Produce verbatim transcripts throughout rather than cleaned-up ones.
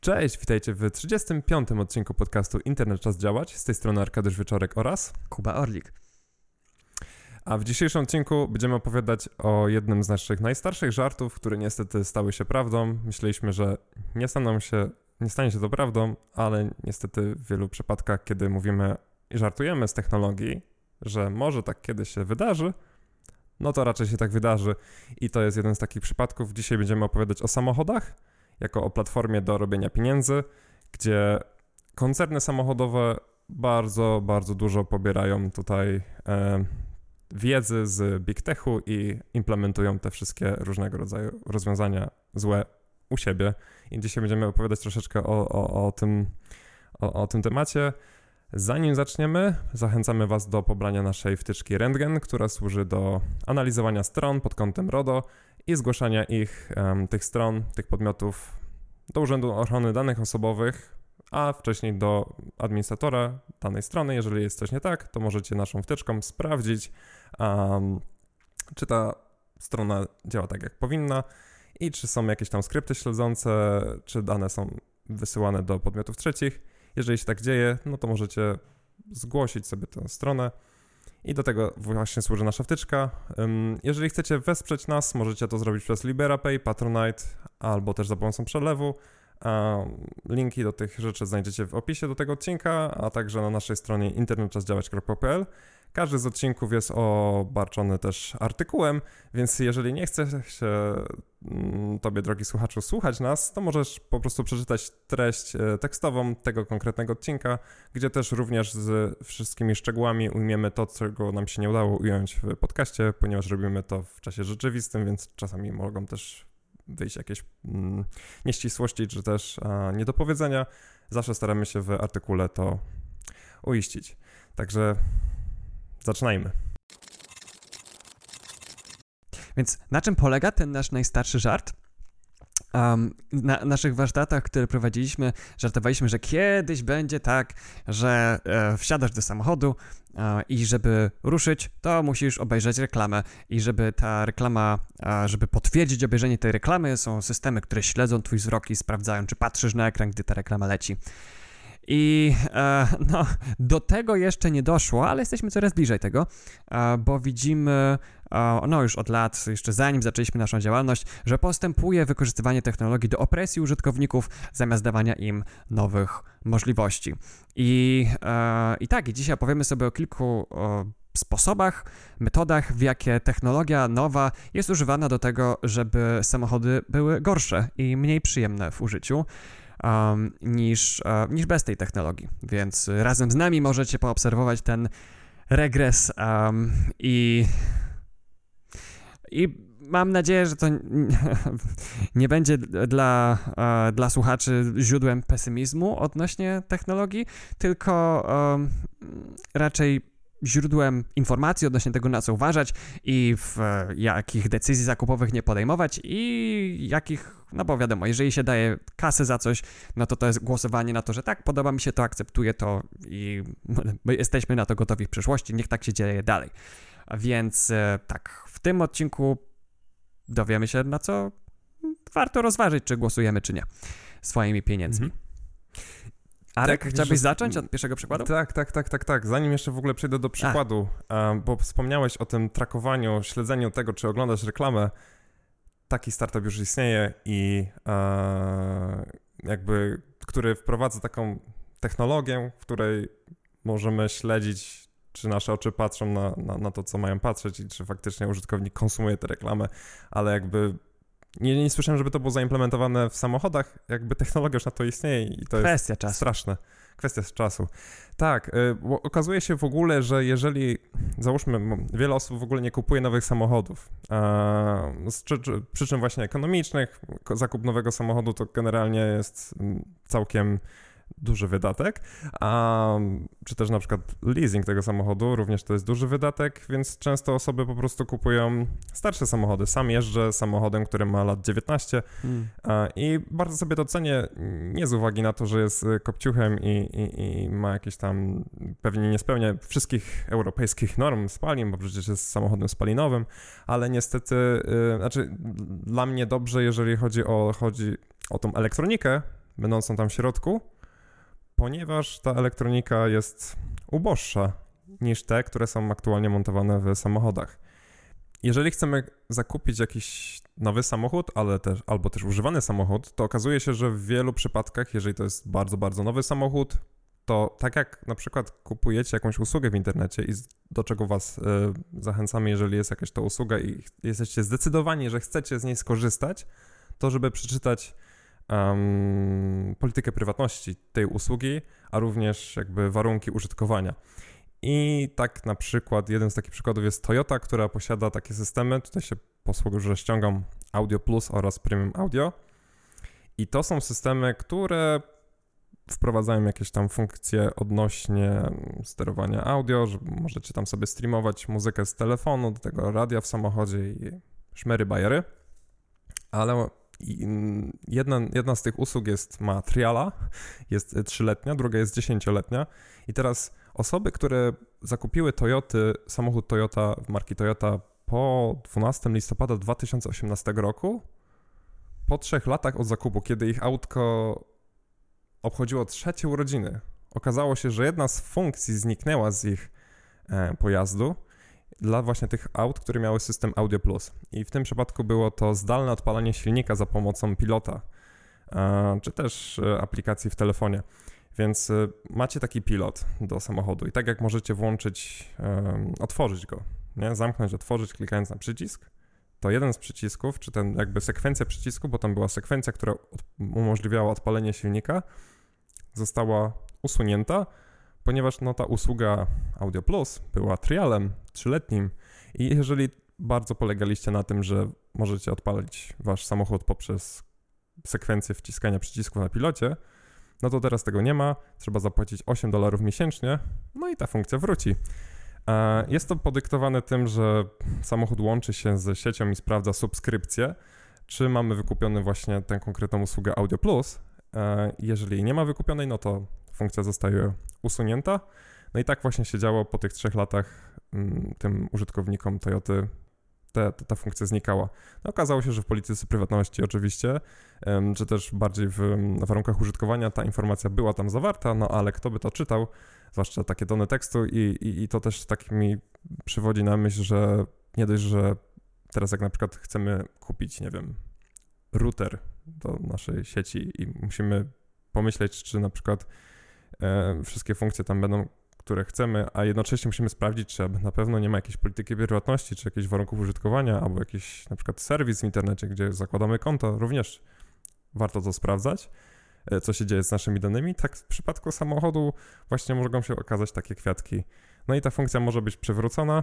Cześć, witajcie w trzydziestym piątym odcinku podcastu Internet Czas Działać. Z tej strony Arkadiusz Wieczorek oraz Kuba Orlik. A w dzisiejszym odcinku będziemy opowiadać o jednym z naszych najstarszych żartów, które niestety stały się prawdą. Myśleliśmy, że nie staną się, nie stanie się to prawdą, ale niestety w wielu przypadkach, kiedy mówimy i żartujemy z technologii, że może tak kiedyś się wydarzy, no to raczej się tak wydarzy i to jest jeden z takich przypadków. Dzisiaj będziemy opowiadać o samochodach, jako o platformie do robienia pieniędzy, gdzie koncerny samochodowe bardzo, bardzo dużo pobierają tutaj e, wiedzy z Big Techu i implementują te wszystkie różnego rodzaju rozwiązania złe u siebie. I dzisiaj będziemy opowiadać troszeczkę o, o, o, tym, o, o tym temacie. Zanim zaczniemy, zachęcamy Was do pobrania naszej wtyczki Rentgen, która służy do analizowania stron pod kątem RODO i zgłaszania ich, um, tych stron, tych podmiotów do Urzędu Ochrony Danych Osobowych, a wcześniej do administratora danej strony. Jeżeli jest coś nie tak, to możecie naszą wtyczką sprawdzić, um, czy ta strona działa tak, jak powinna i czy są jakieś tam skrypty śledzące, czy dane są wysyłane do podmiotów trzecich. Jeżeli się tak dzieje, no to możecie zgłosić sobie tę stronę i do tego właśnie służy nasza wtyczka. Jeżeli chcecie wesprzeć nas, możecie to zrobić przez LiberaPay, Patronite albo też za pomocą przelewu. Linki do tych rzeczy znajdziecie w opisie do tego odcinka, a także na naszej stronie internet czas działać kropka p l. Każdy z odcinków jest obarczony też artykułem, więc jeżeli nie chce się Tobie, drogi słuchaczu, słuchać nas, to możesz po prostu przeczytać treść tekstową tego konkretnego odcinka, gdzie też również z wszystkimi szczegółami ujmiemy to, czego nam się nie udało ująć w podcaście, ponieważ robimy to w czasie rzeczywistym, więc czasami mogą też wyjść jakieś mm, nieścisłości, czy też a, niedopowiedzenia. Zawsze staramy się w artykule to uiścić. Także zaczynajmy. Więc na czym polega ten nasz najstarszy żart? Um, na naszych warsztatach, które prowadziliśmy, żartowaliśmy, że kiedyś będzie tak, że e, wsiadasz do samochodu e, i żeby ruszyć, to musisz obejrzeć reklamę i żeby ta reklama, e, żeby potwierdzić obejrzenie tej reklamy, są systemy, które śledzą twój wzrok i sprawdzają, czy patrzysz na ekran, gdy ta reklama leci. I e, no, do tego jeszcze nie doszło, ale jesteśmy coraz bliżej tego, e, bo widzimy, e, no już od lat, jeszcze zanim zaczęliśmy naszą działalność, że postępuje wykorzystywanie technologii do opresji użytkowników zamiast dawania im nowych możliwości. I, e, i tak, i dzisiaj opowiemy sobie o kilku o sposobach, metodach, w jakie technologia nowa jest używana do tego, żeby samochody były gorsze i mniej przyjemne w użyciu. Um, niż, uh, niż bez tej technologii, więc razem z nami możecie poobserwować ten regres um, i, i mam nadzieję, że to nie będzie dla, uh, dla słuchaczy źródłem pesymizmu odnośnie technologii, tylko um, raczej źródłem informacji odnośnie tego, na co uważać i w jakich decyzji zakupowych nie podejmować i jakich, no bo wiadomo, jeżeli się daje kasę za coś, no to to jest głosowanie na to, że tak, podoba mi się to, akceptuję to i my jesteśmy na to gotowi w przyszłości, niech tak się dzieje dalej. Więc tak, w tym odcinku dowiemy się, na co warto rozważyć, czy głosujemy, czy nie, swoimi pieniędzmi. Mhm. Arek, tak, chciałbyś wiesz, zacząć od pierwszego przykładu? Tak, tak, tak, tak, tak. Zanim jeszcze w ogóle przejdę do przykładu, A. bo wspomniałeś o tym trakowaniu, śledzeniu tego, czy oglądasz reklamę. Taki startup już istnieje i e, jakby, który wprowadza taką technologię, w której możemy śledzić, czy nasze oczy patrzą na, na, na to, co mają patrzeć i czy faktycznie użytkownik konsumuje tę reklamę, ale jakby Nie, nie słyszałem, żeby to było zaimplementowane w samochodach, jakby technologia już na to istnieje i to Kwestia jest czasu. straszne. Kwestia czasu. Tak, bo okazuje się w ogóle, że jeżeli, załóżmy, wiele osób w ogóle nie kupuje nowych samochodów, z przyczyn właśnie ekonomicznych, zakup nowego samochodu to generalnie jest całkiem duży wydatek, a czy też na przykład leasing tego samochodu również to jest duży wydatek, więc często osoby po prostu kupują starsze samochody. Sam jeżdżę samochodem, który ma lat dziewiętnaście hmm. i bardzo sobie to cenię, nie z uwagi na to, że jest kopciuchem i, i, i ma jakieś tam, pewnie nie spełnia wszystkich europejskich norm spalin, bo przecież jest samochodem spalinowym, ale niestety, yy, znaczy dla mnie dobrze, jeżeli chodzi o, chodzi o tą elektronikę, będącą tam w środku, ponieważ ta elektronika jest uboższa niż te, które są aktualnie montowane w samochodach. Jeżeli chcemy zakupić jakiś nowy samochód, ale też, albo też używany samochód, to okazuje się, że w wielu przypadkach, jeżeli to jest bardzo, bardzo nowy samochód, to tak jak na przykład kupujecie jakąś usługę w internecie i do czego was y, zachęcamy, jeżeli jest jakaś to usługa i jesteście zdecydowani, że chcecie z niej skorzystać, to żeby przeczytać um, politykę prywatności tej usługi, a również jakby warunki użytkowania. I tak na przykład, jeden z takich przykładów jest Toyota, która posiada takie systemy, tutaj się posługuję, że ściągam Audio Plus oraz Premium Audio i to są systemy, które wprowadzają jakieś tam funkcje odnośnie sterowania audio, że możecie tam sobie streamować muzykę z telefonu, do tego radia w samochodzie i szmery bajery, ale jedna, jedna z tych usług jest, ma triala, jest trzyletnia, druga jest dziesięcioletnia i teraz osoby, które zakupiły Toyoty, samochód Toyota marki Toyota po dwunastego listopada dwa tysiące osiemnastego roku, po trzech latach od zakupu, kiedy ich autko obchodziło trzecie urodziny, okazało się, że jedna z funkcji zniknęła z ich e, pojazdu dla właśnie tych aut, które miały system Audio Plus. I w tym przypadku było to zdalne odpalanie silnika za pomocą pilota, e, czy też e, aplikacji w telefonie. Więc e, macie taki pilot do samochodu i tak jak możecie włączyć, e, otworzyć go, nie? Zamknąć, otworzyć, klikając na przycisk, to jeden z przycisków, czy ten jakby sekwencja przycisku, bo tam była sekwencja, która umożliwiała odpalenie silnika, została usunięta, ponieważ no, ta usługa Audio Plus była trialem trzyletnim i jeżeli bardzo polegaliście na tym, że możecie odpalić wasz samochód poprzez sekwencję wciskania przycisku na pilocie, no to teraz tego nie ma, trzeba zapłacić osiem dolarów miesięcznie, no i ta funkcja wróci. Jest to podyktowane tym, że samochód łączy się ze siecią i sprawdza subskrypcję, czy mamy wykupiony właśnie tę konkretną usługę Audio Plus. Jeżeli nie ma wykupionej, no to funkcja zostaje usunięta. No i tak właśnie się działo po tych trzech latach tym użytkownikom Toyoty. Ta, ta funkcja znikała. No, okazało się, że w polityce prywatności oczywiście, czy też bardziej w warunkach użytkowania ta informacja była tam zawarta, no ale kto by to czytał, zwłaszcza takie tony tekstu i, i, i to też tak mi przywodzi na myśl, że nie dość, że teraz jak na przykład chcemy kupić, nie wiem, router do naszej sieci i musimy pomyśleć, czy na przykład e, wszystkie funkcje tam będą, które chcemy, a jednocześnie musimy sprawdzić, czy na pewno nie ma jakiejś polityki prywatności, czy jakichś warunków użytkowania, albo jakiś na przykład serwis w internecie, gdzie zakładamy konto, również warto to sprawdzać, co się dzieje z naszymi danymi. Tak w przypadku samochodu właśnie mogą się okazać takie kwiatki. No i ta funkcja może być przywrócona,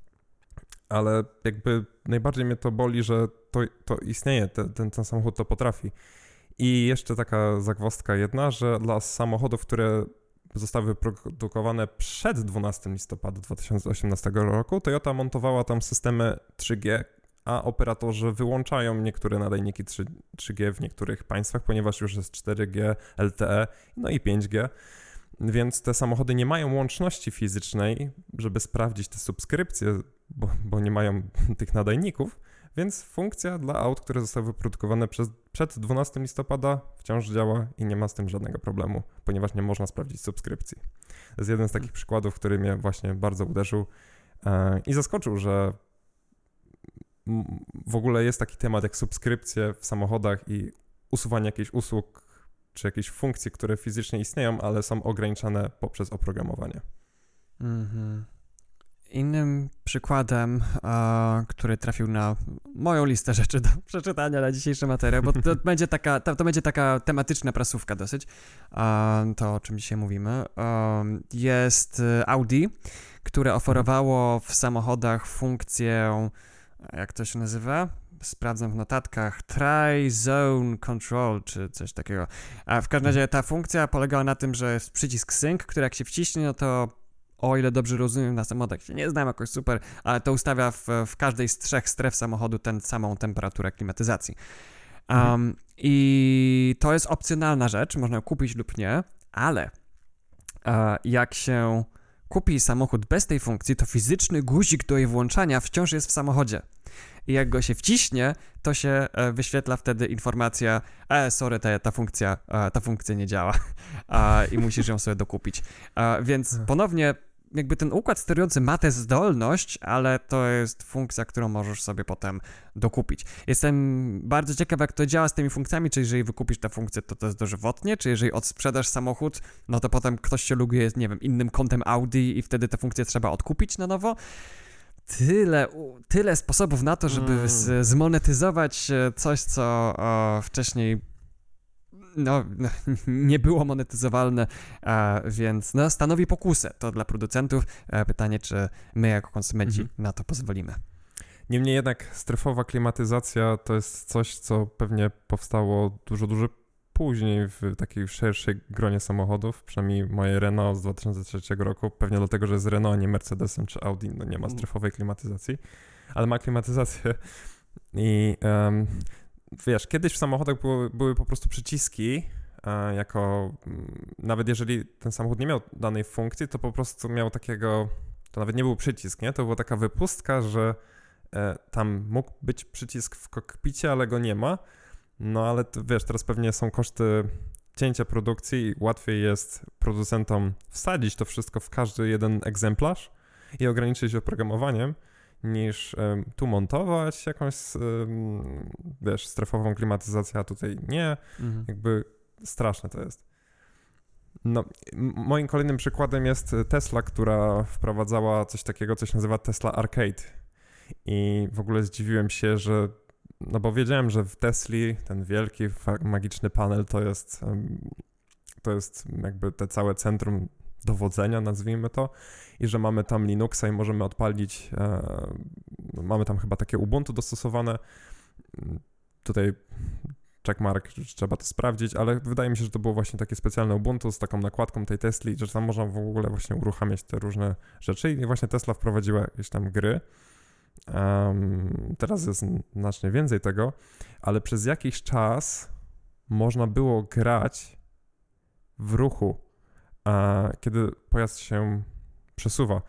ale jakby najbardziej mnie to boli, że to, to istnieje, te, ten, ten samochód to potrafi. I jeszcze taka zagwozdka jedna, że dla samochodów, które zostały wyprodukowane przed dwunastego listopada dwa tysiące osiemnastego roku, Toyota montowała tam systemy trzy G, a operatorzy wyłączają niektóre nadajniki trzy G w niektórych państwach, ponieważ już jest cztery G, L T E, no i pięć G, więc te samochody nie mają łączności fizycznej, żeby sprawdzić te subskrypcje, bo, bo nie mają tych nadajników, więc funkcja dla aut, które zostały wyprodukowane przez, przed dwunastego listopada wciąż działa i nie ma z tym żadnego problemu, ponieważ nie można sprawdzić subskrypcji. To jest jeden z takich przykładów, który mnie właśnie bardzo uderzył e, i zaskoczył, że m, w ogóle jest taki temat jak subskrypcje w samochodach i usuwanie jakichś usług czy jakichś funkcji, które fizycznie istnieją, ale są ograniczane poprzez oprogramowanie. Mhm. Innym przykładem, e, który trafił na moją listę rzeczy do przeczytania na dzisiejszy materiał, bo to będzie taka, to, to będzie taka tematyczna prasówka dosyć, e, to o czym dzisiaj mówimy, e, jest Audi, które oferowało w samochodach funkcję, jak to się nazywa? Sprawdzam w notatkach, Tri-Zone Control, czy coś takiego. A w każdym razie ta funkcja polegała na tym, że jest przycisk sync, który jak się wciśnie, no to o ile dobrze rozumiem, na samochodach się nie znam jakoś super, ale to ustawia w, w każdej z trzech stref samochodu tę samą temperaturę klimatyzacji. Um, mhm. I to jest opcjonalna rzecz, można ją kupić lub nie, ale e, jak się kupi samochód bez tej funkcji, to fizyczny guzik do jej włączania wciąż jest w samochodzie. i jak go się wciśnie, to się e, wyświetla wtedy informacja, e, sorry, ta, ta funkcja, e, ta funkcja nie działa e, i musisz ją sobie dokupić. E, więc ponownie jakby ten układ sterujący ma tę zdolność, ale to jest funkcja, którą możesz sobie potem dokupić. Jestem bardzo ciekaw, jak to działa z tymi funkcjami, czy jeżeli wykupisz tę funkcję, to to jest dożywotnie, czy jeżeli odsprzedasz samochód, no to potem ktoś się loguje, nie wiem, innym kontem Audi i wtedy tę funkcję trzeba odkupić na nowo. Tyle, tyle sposobów na to, żeby mm. z, zmonetyzować coś, co o, wcześniej no, no, nie było monetyzowalne, a, więc no, stanowi pokusę to dla producentów. A pytanie, czy my jako konsumenci mhm. na to pozwolimy. Niemniej jednak strefowa klimatyzacja to jest coś, co pewnie powstało dużo, dużo później w takiej szerszej gronie samochodów, przynajmniej moje Renault z dwa tysiące trzeciego roku, pewnie dlatego, że jest Renault, a nie Mercedesem czy Audi, no nie ma strefowej klimatyzacji, ale ma klimatyzację i um, wiesz, kiedyś w samochodach były, były po prostu przyciski, e, jako nawet jeżeli ten samochód nie miał danej funkcji, to po prostu miał takiego, to nawet nie był przycisk, nie? To była taka wypustka, że e, tam mógł być przycisk w kokpicie, ale go nie ma. No ale to, wiesz, teraz pewnie są koszty cięcia produkcji i łatwiej jest producentom wsadzić to wszystko w każdy jeden egzemplarz i ograniczyć oprogramowaniem, niż um, tu montować jakąś, um, wiesz, strefową klimatyzację, a tutaj nie. Mhm. Jakby straszne to jest. No, m- moim kolejnym przykładem jest Tesla, która wprowadzała coś takiego, co się nazywa Tesla Arcade. I w ogóle zdziwiłem się, że no bo wiedziałem, że w Tesli ten wielki, fa- magiczny panel to jest um, to jest jakby te całe centrum dowodzenia, nazwijmy to, i że mamy tam Linuxa i możemy odpalić, e, mamy tam chyba takie Ubuntu dostosowane, tutaj checkmark, trzeba to sprawdzić, ale wydaje mi się, że to było właśnie takie specjalne Ubuntu z taką nakładką tej Tesli, że tam można w ogóle właśnie uruchamiać te różne rzeczy i właśnie Tesla wprowadziła jakieś tam gry. Um, teraz jest znacznie więcej tego, ale przez jakiś czas można było grać w ruchu, a kiedy pojazd się przesuwa.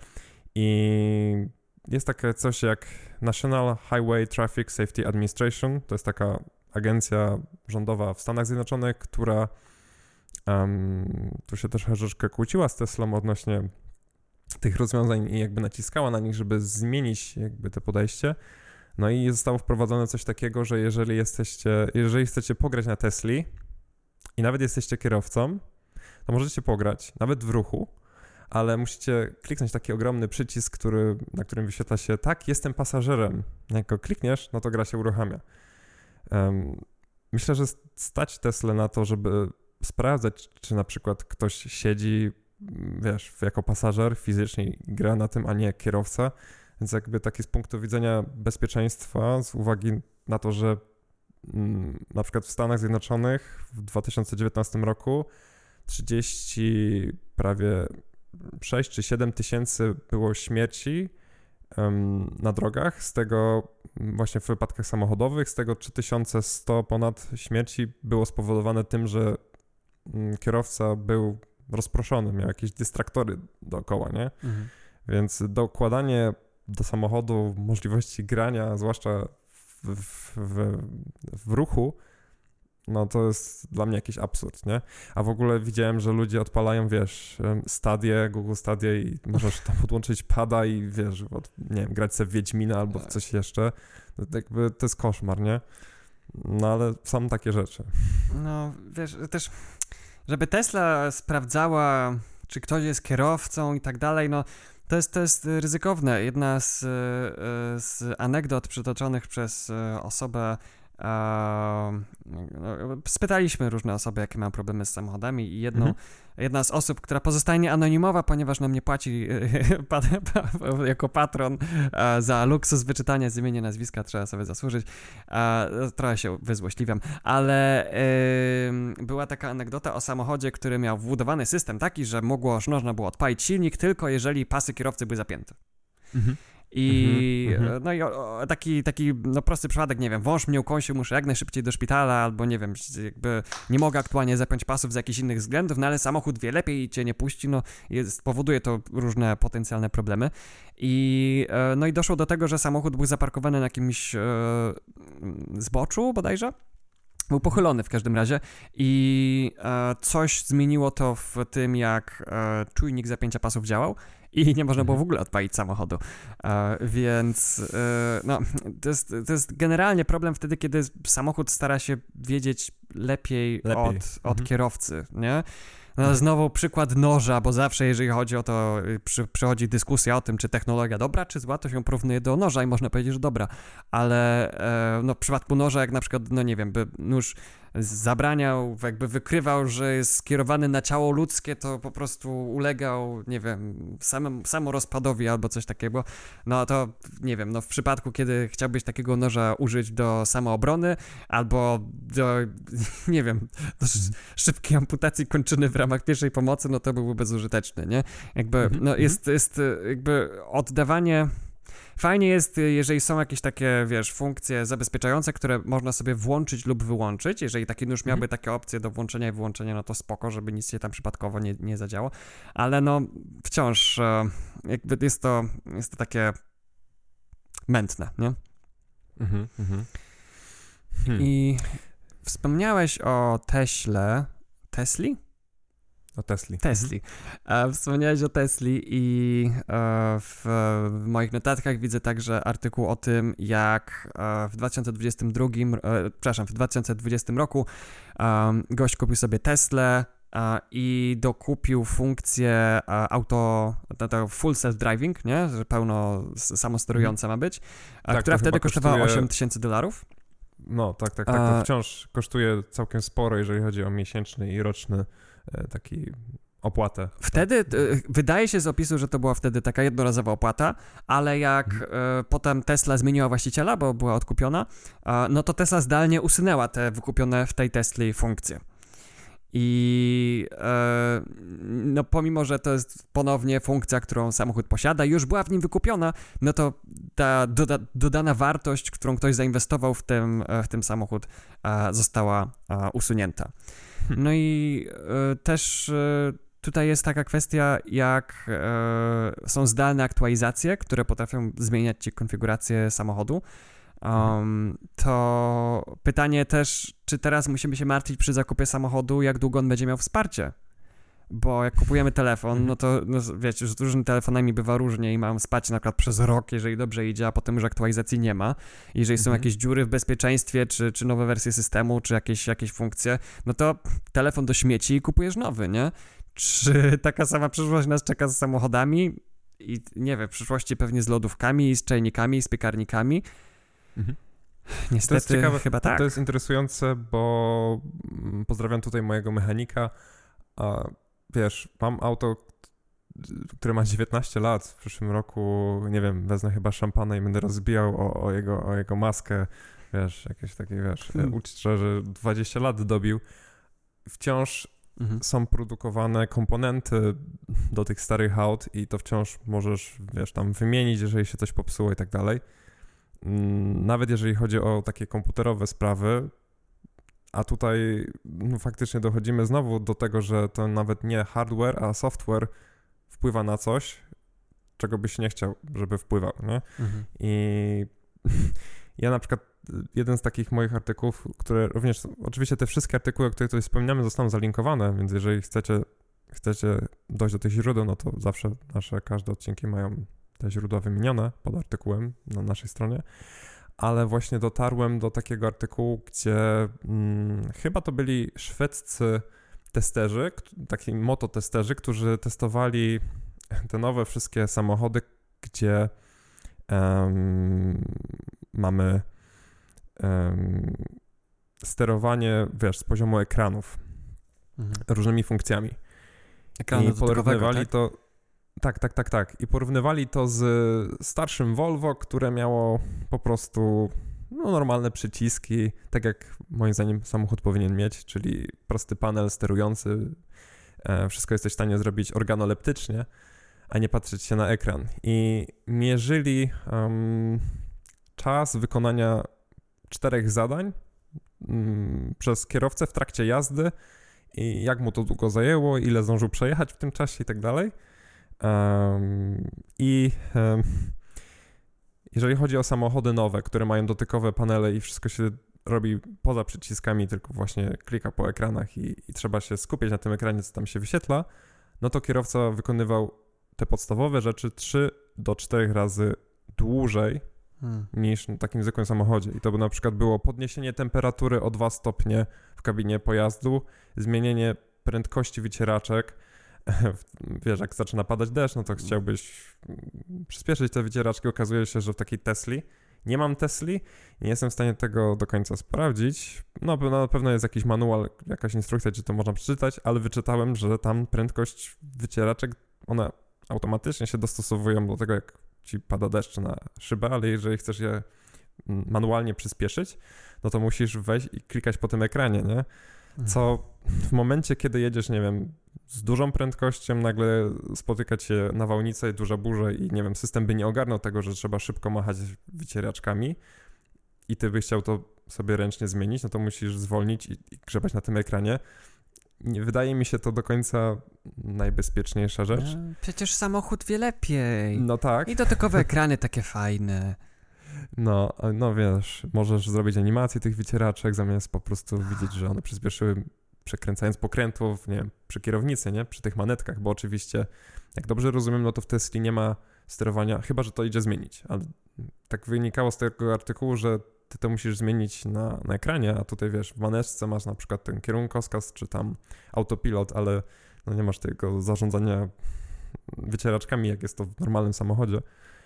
I jest takie coś jak National Highway Traffic Safety Administration, to jest taka agencja rządowa w Stanach Zjednoczonych, która um, tu się też troszeczkę kłóciła z Teslą odnośnie tych rozwiązań i jakby naciskała na nich, żeby zmienić jakby to podejście. No i zostało wprowadzone coś takiego, że jeżeli jesteście, jeżeli chcecie pograć na Tesli i nawet jesteście kierowcą, to możecie pograć, nawet w ruchu, ale musicie kliknąć taki ogromny przycisk, który, na którym wyświetla się tak, jestem pasażerem. Jak go klikniesz, no to gra się uruchamia. Um, myślę, że stać Teslę na to, żeby sprawdzać, czy na przykład ktoś siedzi, wiesz, jako pasażer fizycznie gra na tym, a nie kierowca, więc jakby taki z punktu widzenia bezpieczeństwa, z uwagi na to, że mm, na przykład w Stanach Zjednoczonych w dwa tysiące dziewiętnastym roku trzydzieści prawie sześć czy siedem tysięcy było śmierci um, na drogach, z tego właśnie w wypadkach samochodowych, z tego trzy tysiące sto ponad śmierci było spowodowane tym, że um, kierowca był rozproszony, miał jakieś dystraktory dookoła, nie? Mhm. Więc dokładanie do samochodu możliwości grania, zwłaszcza w, w, w, w ruchu, no to jest dla mnie jakiś absurd, nie? A w ogóle widziałem, że ludzie odpalają, wiesz, Stadię, Google Stadię i możesz tam podłączyć pada i wiesz, od, nie wiem, grać sobie w Wiedźmina albo w coś jeszcze. To, jakby to jest koszmar, nie? No ale są takie rzeczy. No, wiesz, też żeby Tesla sprawdzała, czy ktoś jest kierowcą i tak dalej, no to jest, to jest ryzykowne. Jedna z, z anegdot przytoczonych przez osobę, no, spytaliśmy różne osoby, jakie mają problemy z samochodami i jedną, mhm. jedna z osób, która pozostaje anonimowa, ponieważ nam nie płaci jako patron za luksus wyczytania z imienia, nazwiska, trzeba sobie zasłużyć. Trochę się wyzłośliwiam, ale była taka anegdota o samochodzie, który miał wbudowany system taki, że mogło, można było odpalić silnik tylko jeżeli pasy kierowcy były zapięte. Mhm. I Mhm, no i o, o, taki, taki no prosty przypadek, nie wiem, wąż mnie ukąsił, muszę jak najszybciej do szpitala, albo nie wiem, jakby nie mogę aktualnie zapiąć pasów z jakichś innych względów, no ale samochód wie lepiej i cię nie puści, no jest, powoduje to różne potencjalne problemy. I e, no i doszło do tego, że samochód był zaparkowany na jakimś e, zboczu bodajże. Był pochylony w każdym razie i e, coś zmieniło to w tym, jak e, czujnik zapięcia pasów działał i nie można było w ogóle odpalić samochodu. E, więc e, no, to jest, to jest generalnie problem wtedy, kiedy samochód stara się wiedzieć lepiej, lepiej. od, od mhm. kierowcy, nie? No, znowu przykład noża, bo zawsze jeżeli chodzi o to, przy, przychodzi dyskusja o tym, czy technologia dobra, czy zła, to się porównuje do noża i można powiedzieć, że dobra, ale e, no, w przypadku noża, jak na przykład, no nie wiem, by nóż zabraniał, jakby wykrywał, że jest skierowany na ciało ludzkie, to po prostu ulegał, nie wiem, samym, samorozpadowi albo coś takiego, no to, nie wiem, no w przypadku, kiedy chciałbyś takiego noża użyć do samoobrony albo do, nie wiem, do szybkiej amputacji kończyny w ramach pierwszej pomocy, no to byłby bezużyteczny, nie? Jakby, no jest, jest jakby oddawanie... Fajnie jest, jeżeli są jakieś takie, wiesz, funkcje zabezpieczające, które można sobie włączyć lub wyłączyć. Jeżeli taki nóż miałby mhm. takie opcje do włączenia i wyłączenia, no to spoko, żeby nic się tam przypadkowo nie, nie zadziało. Ale no wciąż jakby jest to, jest to takie mętne, nie? Mhm, mhm. Hmm. I wspomniałeś o Teśle. Tesli? O Tesli. Tesli. E, wspomniałeś o Tesli i e, w, w moich notatkach widzę także artykuł o tym, jak e, w dwa tysiące dwudziestym drugim, e, przepraszam, w dwa tysiące dwudziestym roku e, gość kupił sobie Teslę e, i dokupił funkcję e, auto, to, to full self-driving, nie? Że pełno samosterująca hmm. ma być, e, tak, która wtedy kosztowała kosztuje... osiem tysięcy dolarów. No, tak, tak, tak. To wciąż kosztuje całkiem sporo, jeżeli chodzi o miesięczny i roczny taki opłatę. Wtedy, tak. Wydaje się z opisu, że to była wtedy taka jednorazowa opłata, ale jak hmm. e, potem Tesla zmieniła właściciela, bo była odkupiona, e, no to Tesla zdalnie usunęła te wykupione w tej Tesli funkcje. I e, no pomimo, że to jest ponownie funkcja, którą samochód posiada, już była w nim wykupiona, no to ta doda, dodana wartość, którą ktoś zainwestował w tym, w tym samochód, e, została e, usunięta. No i e, też e, tutaj jest taka kwestia, jak e, są zdalne aktualizacje, które potrafią zmieniać ci konfigurację samochodu. Um, to pytanie też, czy teraz musimy się martwić przy zakupie samochodu, jak długo on będzie miał wsparcie? Bo jak kupujemy telefon, no to no wiecie, że z różnymi telefonami bywa różnie i mam spać na przykład przez rok, jeżeli dobrze idzie, a potem już aktualizacji nie ma. Jeżeli są mhm. jakieś dziury w bezpieczeństwie, czy, czy nowe wersje systemu, czy jakieś, jakieś funkcje, no to telefon do śmieci i kupujesz nowy, nie? Czy taka sama przyszłość nas czeka z samochodami? I nie wiem, w przyszłości pewnie z lodówkami, z czajnikami, z piekarnikami. Mhm. Niestety, to jest ciekawe, chyba tak. To jest interesujące, bo pozdrawiam tutaj mojego mechanika. A wiesz, mam auto, które ma dziewiętnaście lat. W przyszłym roku, nie wiem, wezmę chyba szampana i będę rozbijał o, o, jego, o jego maskę. Wiesz, jakieś takie, wiesz, hmm. uczczę, że dwadzieścia lat dobił. Wciąż mhm. są produkowane komponenty do tych starych aut i to wciąż możesz, wiesz, tam wymienić, jeżeli się coś popsuło i tak dalej. Nawet jeżeli chodzi o takie komputerowe sprawy, a tutaj no, faktycznie dochodzimy znowu do tego, że to nawet nie hardware, a software wpływa na coś, czego byś nie chciał, żeby wpływał, nie? Mhm. I ja na przykład jeden z takich moich artykułów, które również, oczywiście te wszystkie artykuły, o których tutaj wspomniamy, zostaną zalinkowane, więc jeżeli chcecie, chcecie dojść do tych źródeł, no to zawsze nasze każde odcinki mają te źródła wymienione pod artykułem na naszej stronie, ale właśnie dotarłem do takiego artykułu, gdzie hmm, chyba to byli szwedzcy testerzy, taki mototesterzy, którzy testowali te nowe wszystkie samochody, gdzie um, mamy um, sterowanie, wiesz, z poziomu ekranów mhm. różnymi funkcjami. Ekranu I porównywali tak? to Tak, tak, tak, tak. I porównywali to z starszym Volvo, które miało po prostu no, normalne przyciski, tak jak moim zdaniem samochód powinien mieć, czyli prosty panel sterujący. E, wszystko jesteś w stanie zrobić organoleptycznie, a nie patrzeć się na ekran. I mierzyli um, czas wykonania czterech zadań um, przez kierowcę w trakcie jazdy i jak mu to długo zajęło, ile zdążył przejechać w tym czasie i tak dalej. Um, I um, jeżeli chodzi o samochody nowe, które mają dotykowe panele i wszystko się robi poza przyciskami, tylko właśnie klika po ekranach i, i trzeba się skupiać na tym ekranie, co tam się wyświetla, no to kierowca wykonywał te podstawowe rzeczy trzy do czterech razy dłużej hmm. niż w takim zwykłym samochodzie. I to by na przykład było podniesienie temperatury o dwa stopnie w kabinie pojazdu, zmienienie prędkości wycieraczek. Wiesz, jak zaczyna padać deszcz, no to chciałbyś przyspieszyć te wycieraczki. Okazuje się, że w takiej Tesli, nie mam Tesli, nie jestem w stanie tego do końca sprawdzić. No na pewno jest jakiś manual, jakaś instrukcja, czy to można przeczytać, ale wyczytałem, że tam prędkość wycieraczek, one automatycznie się dostosowują do tego, jak ci pada deszcz na szybę, ale jeżeli chcesz je manualnie przyspieszyć, no to musisz wejść i klikać po tym ekranie, nie? Co w momencie, kiedy jedziesz, nie wiem, z dużą prędkością, nagle spotyka cię nawałnica i duża burza i nie wiem, system by nie ogarnął tego, że trzeba szybko machać wycieraczkami i ty byś chciał to sobie ręcznie zmienić, no to musisz zwolnić i, i grzebać na tym ekranie. Nie wydaje mi się to do końca najbezpieczniejsza rzecz. No, przecież samochód wie lepiej. No tak. I dotykowe ekrany takie fajne. No, no wiesz, możesz zrobić animację tych wycieraczek, zamiast po prostu widzieć, że one przyspieszyły przekręcając pokrętłów, nie wiem, przy kierownicy, nie? Przy tych manetkach, bo oczywiście, jak dobrze rozumiem, no to w Tesli nie ma sterowania, chyba że to idzie zmienić, ale tak wynikało z tego artykułu, że ty to musisz zmienić na, na ekranie, a tutaj wiesz, w manetce masz na przykład ten kierunkowskaz, czy tam autopilot, ale no nie masz tego zarządzania wycieraczkami, jak jest to w normalnym samochodzie.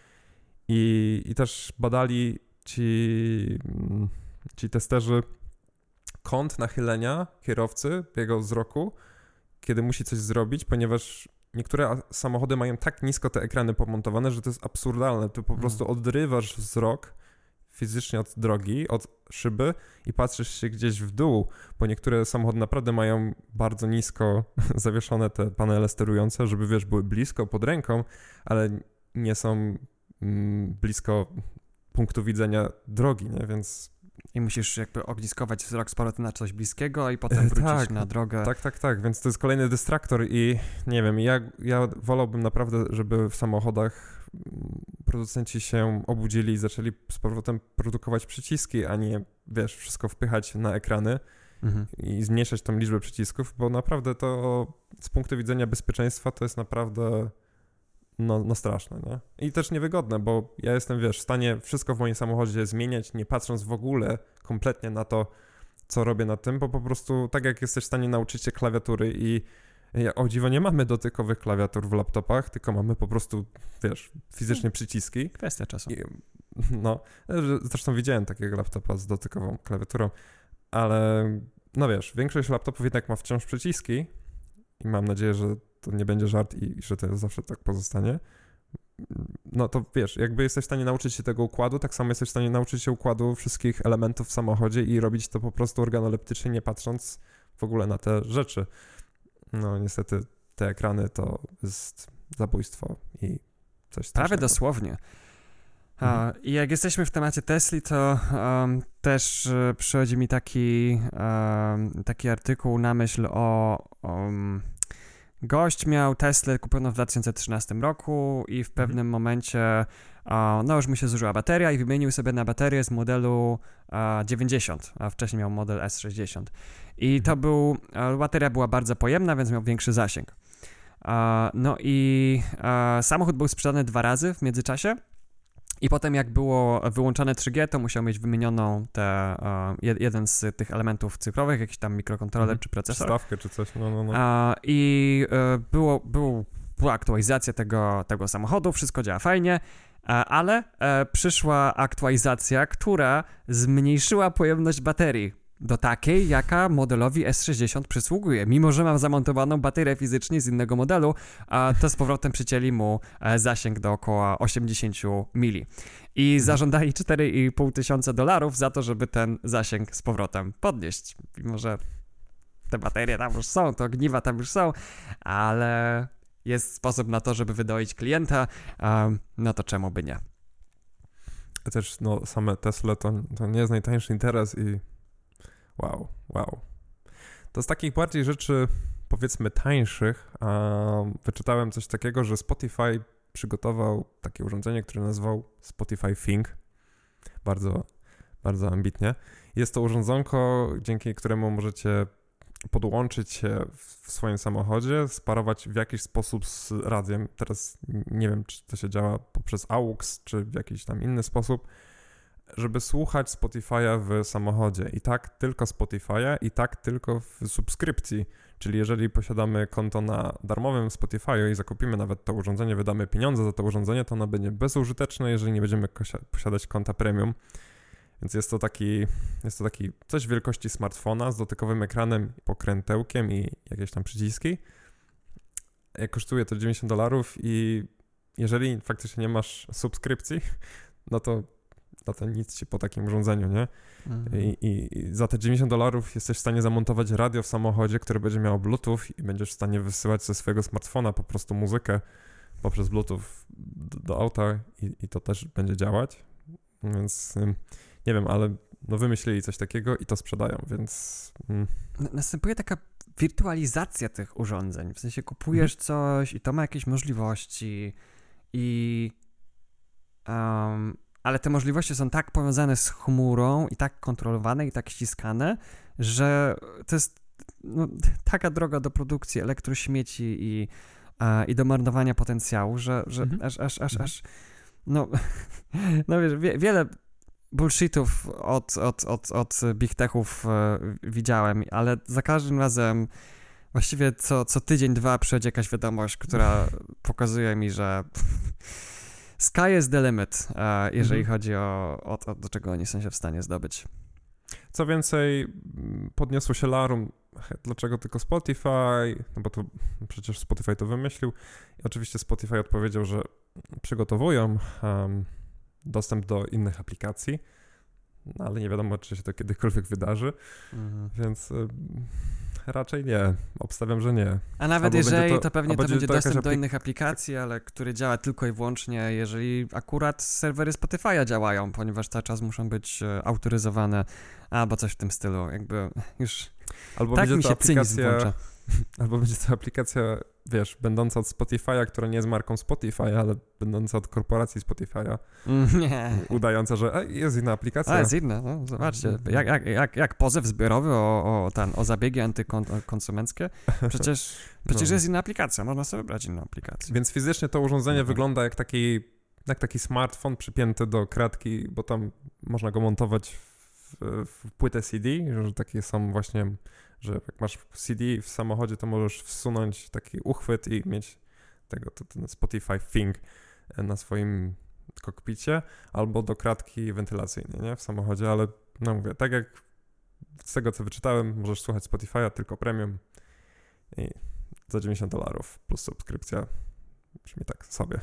I, i też badali ci, ci testerzy kąt nachylenia kierowcy, jego wzroku, kiedy musi coś zrobić, ponieważ niektóre samochody mają tak nisko te ekrany pomontowane, że to jest absurdalne. Ty po prostu odrywasz wzrok fizycznie od drogi, od szyby i patrzysz się gdzieś w dół, bo niektóre samochody naprawdę mają bardzo nisko zawieszone te panele sterujące, żeby wiesz, były blisko, pod ręką, ale nie są mm, blisko punktu widzenia drogi, nie? Więc i musisz jakby ogniskować wzrok z powrotem na coś bliskiego i potem wrócić tak, na drogę. Tak, tak, tak, więc to jest kolejny dystraktor i nie wiem, ja, ja wolałbym naprawdę, żeby w samochodach producenci się obudzili i zaczęli z powrotem produkować przyciski, a nie, wiesz, wszystko wpychać na ekrany mhm. i zmniejszać tą liczbę przycisków, bo naprawdę to z punktu widzenia bezpieczeństwa to jest naprawdę no, no straszne, nie? I też niewygodne, bo ja jestem, wiesz, w stanie wszystko w moim samochodzie zmieniać, nie patrząc w ogóle kompletnie na to, co robię na tym, bo po prostu tak jak jesteś w stanie nauczyć się klawiatury i ja, o dziwo nie mamy dotykowych klawiatur w laptopach, tylko mamy po prostu, wiesz, fizycznie przyciski. Kwestia czasu. I, no, zresztą widziałem takiego laptopa z dotykową klawiaturą, ale no wiesz, większość laptopów jednak ma wciąż przyciski i mam nadzieję, że to nie będzie żart i, i że to zawsze tak pozostanie. No to wiesz, jakby jesteś w stanie nauczyć się tego układu, tak samo jesteś w stanie nauczyć się układu wszystkich elementów w samochodzie i robić to po prostu organoleptycznie, nie patrząc w ogóle na te rzeczy. No niestety te ekrany to jest zabójstwo i coś strasznego. Prawie dosłownie. Mhm. I jak jesteśmy w temacie Tesli, to um, też uh, przychodzi mi taki, um, taki artykuł na myśl o... Um, gość miał Teslę kupioną w dwa tysiące trzynastym roku i w pewnym mhm. momencie uh, no już mu się zużyła bateria i wymienił sobie na baterię z modelu uh, dziewięćdziesiąt, a wcześniej miał model S sześćdziesiąt. I mhm. to był, uh, bateria była bardzo pojemna, więc miał większy zasięg. Uh, no i uh, samochód był sprzedany dwa razy w międzyczasie. I potem jak było wyłączone trzy G, to musiał mieć wymienioną te, uh, jeden z tych elementów cyfrowych, jakiś tam mikrokontroler mm, czy procesor. Przystawkę czy coś, no, no, no. Uh, I uh, było, było, była aktualizacja tego, tego samochodu, wszystko działa fajnie, uh, ale uh, przyszła aktualizacja, która zmniejszyła pojemność baterii do takiej, jaka modelowi S sześćdziesiąt przysługuje. Mimo że mam zamontowaną baterię fizycznie z innego modelu, a to z powrotem przycięli mu zasięg do około osiemdziesiąt mili. I zażądali cztery i pół tysiąca dolarów za to, żeby ten zasięg z powrotem podnieść. Mimo że te baterie tam już są, te ogniwa tam już są, ale jest sposób na to, żeby wydoić klienta, um, no to czemu by nie? Też no, same Tesla to, to nie jest najtańszy interes i wow, wow. To z takich bardziej rzeczy, powiedzmy, tańszych, um, wyczytałem coś takiego, że Spotify przygotował takie urządzenie, które nazwał Spotify Think. Bardzo, bardzo ambitnie. Jest to urządzonko, dzięki któremu możecie podłączyć się w swoim samochodzie, sparować w jakiś sposób z radiem. Teraz nie wiem, czy to się działa poprzez A U X, czy w jakiś tam inny sposób, żeby słuchać Spotify'a w samochodzie. I tak tylko Spotify'a, i tak tylko w subskrypcji. Czyli jeżeli posiadamy konto na darmowym Spotify'u i zakupimy nawet to urządzenie, wydamy pieniądze za to urządzenie, to ono będzie bezużyteczne, jeżeli nie będziemy posiadać konta premium. Więc jest to taki, jest to taki coś wielkości smartfona z dotykowym ekranem, pokrętełkiem i jakieś tam przyciski. Kosztuje to dziewięćdziesiąt dolarów i jeżeli faktycznie nie masz subskrypcji, no to, no to nic ci po takim urządzeniu, nie? Mhm. I, i, I za te dziewięćdziesiąt dolarów jesteś w stanie zamontować radio w samochodzie, które będzie miało Bluetooth i będziesz w stanie wysyłać ze swojego smartfona po prostu muzykę poprzez Bluetooth do, do auta i, i to też będzie działać. Więc nie wiem, ale no wymyślili coś takiego i to sprzedają, więc... Mm. Następuje taka wirtualizacja tych urządzeń, w sensie kupujesz mhm. coś i to ma jakieś możliwości i... Um, ale te możliwości są tak powiązane z chmurą i tak kontrolowane i tak ściskane, że to jest no, taka droga do produkcji elektrośmieci i, uh, i do marnowania potencjału, że, że mhm. aż, aż, aż, mhm. aż no, no wiesz, wie, wiele bullshitów od, od, od, od big techów e, widziałem, ale za każdym razem właściwie co, co tydzień, dwa przychodzi jakaś wiadomość, która pokazuje mi, że sky is the limit, e, jeżeli mhm. chodzi o, o to, do czego oni są się w stanie zdobyć. Co więcej, podniosło się larum, dlaczego tylko Spotify, no bo to przecież Spotify to wymyślił i oczywiście Spotify odpowiedział, że przygotowują um, dostęp do innych aplikacji, no ale nie wiadomo, czy się to kiedykolwiek wydarzy, mhm. więc y, raczej nie. Obstawiam, że nie. A nawet albo jeżeli, to, to pewnie to będzie, będzie dostęp aplik- do innych aplikacji, ale który działa tylko i wyłącznie, jeżeli akurat serwery Spotify'a działają, ponieważ cały czas muszą być e, autoryzowane, albo coś w tym stylu, jakby już albo tak będzie mi się cynizm włącza. Albo będzie to aplikacja, wiesz, będąca od Spotify'a, która nie jest marką Spotify, ale będąca od korporacji Spotify'a. Nie. Udająca, że a, jest inna aplikacja. A, jest inna, no zobaczcie. Jak, jak, jak, jak pozew zbiorowy o, o, ten, o zabiegi antykonsumenckie. Przecież, przecież no. jest inna aplikacja, można sobie wybrać inną aplikację. Więc fizycznie to urządzenie mhm. wygląda jak taki, jak taki smartfon przypięty do kratki, bo tam można go montować w, w płytę C D, że takie są właśnie... że jak masz C D w samochodzie, to możesz wsunąć taki uchwyt i mieć tego, to, ten Spotify Think na swoim kokpicie, albo do kratki wentylacyjnej, nie, w samochodzie, ale no mówię, tak jak z tego, co wyczytałem, możesz słuchać Spotify'a tylko premium i za dziewięćdziesiąt dolarów plus subskrypcja brzmi tak sobie.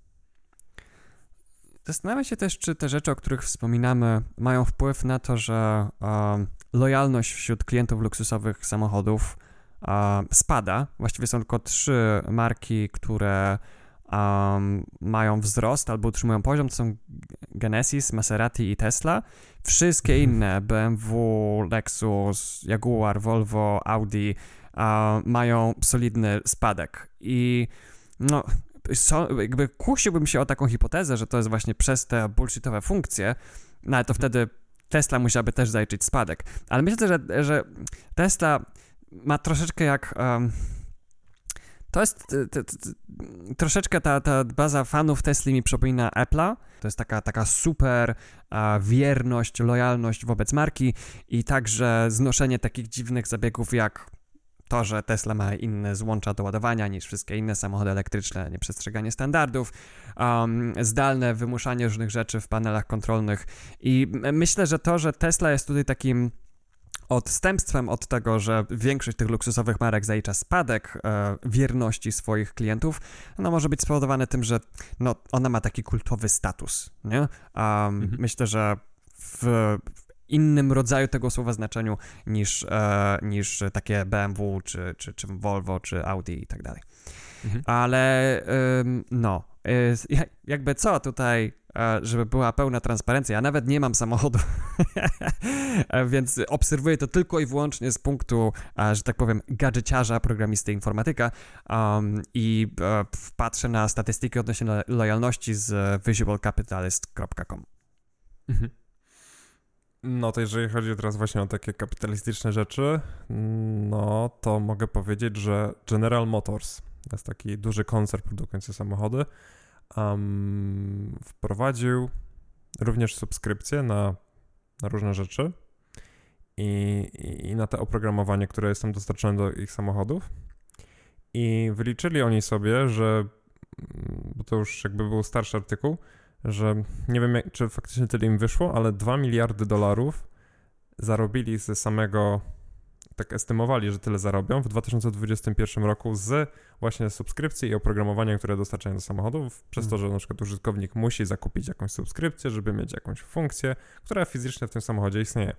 Zastanawiam się też, czy te rzeczy, o których wspominamy, mają wpływ na to, że um, lojalność wśród klientów luksusowych samochodów um, spada. Właściwie są tylko trzy marki, które um, mają wzrost albo utrzymują poziom. To są Genesis, Maserati i Tesla. Wszystkie inne, B M W, Lexus, Jaguar, Volvo, Audi, um, mają solidny spadek. I no... So, jakby kusiłbym się o taką hipotezę, że to jest właśnie przez te bullshitowe funkcje, no ale to wtedy Tesla musiałaby też zaliczyć spadek. Ale myślę, że, że Tesla ma troszeczkę jak... Um, to jest t, t, t, troszeczkę ta, ta baza fanów Tesli mi przypomina Apple'a. To jest taka, taka super a, wierność, lojalność wobec marki i także znoszenie takich dziwnych zabiegów jak to, że Tesla ma inne złącza do ładowania niż wszystkie inne samochody elektryczne, nieprzestrzeganie standardów, um, zdalne wymuszanie różnych rzeczy w panelach kontrolnych i myślę, że to, że Tesla jest tutaj takim odstępstwem od tego, że większość tych luksusowych marek zalicza spadek e, wierności swoich klientów, no może być spowodowane tym, że no, ona ma taki kultowy status, nie? Um, mhm. Myślę, że w innym rodzaju tego słowa znaczeniu niż, e, niż takie B M W, czy, czy, czy Volvo, czy Audi i tak dalej. Mhm. Ale ym, no, y, jakby co tutaj, y, żeby była pełna transparencja, ja nawet nie mam samochodu, więc obserwuję to tylko i wyłącznie z punktu, y, że tak powiem, gadżeciarza, programisty, informatyka um, i y, patrzę na statystyki odnośnie lo- lojalności z visual capitalist kropka com. Mhm. No to jeżeli chodzi teraz właśnie o takie kapitalistyczne rzeczy, no to mogę powiedzieć, że General Motors, to jest taki duży koncern produkujący samochody, um, wprowadził również subskrypcje na, na różne rzeczy i, i na te oprogramowanie, które jest tam dostarczone do ich samochodów. I wyliczyli oni sobie, że, bo to już jakby był starszy artykuł, że nie wiem, jak, czy faktycznie tyle im wyszło, ale dwa miliardy dolarów zarobili ze samego, tak estymowali, że tyle zarobią w dwa tysiące dwudziestym pierwszym roku z właśnie subskrypcji i oprogramowania, które dostarczają do samochodów, przez mm. to, że na przykład użytkownik musi zakupić jakąś subskrypcję, żeby mieć jakąś funkcję, która fizycznie w tym samochodzie istnieje.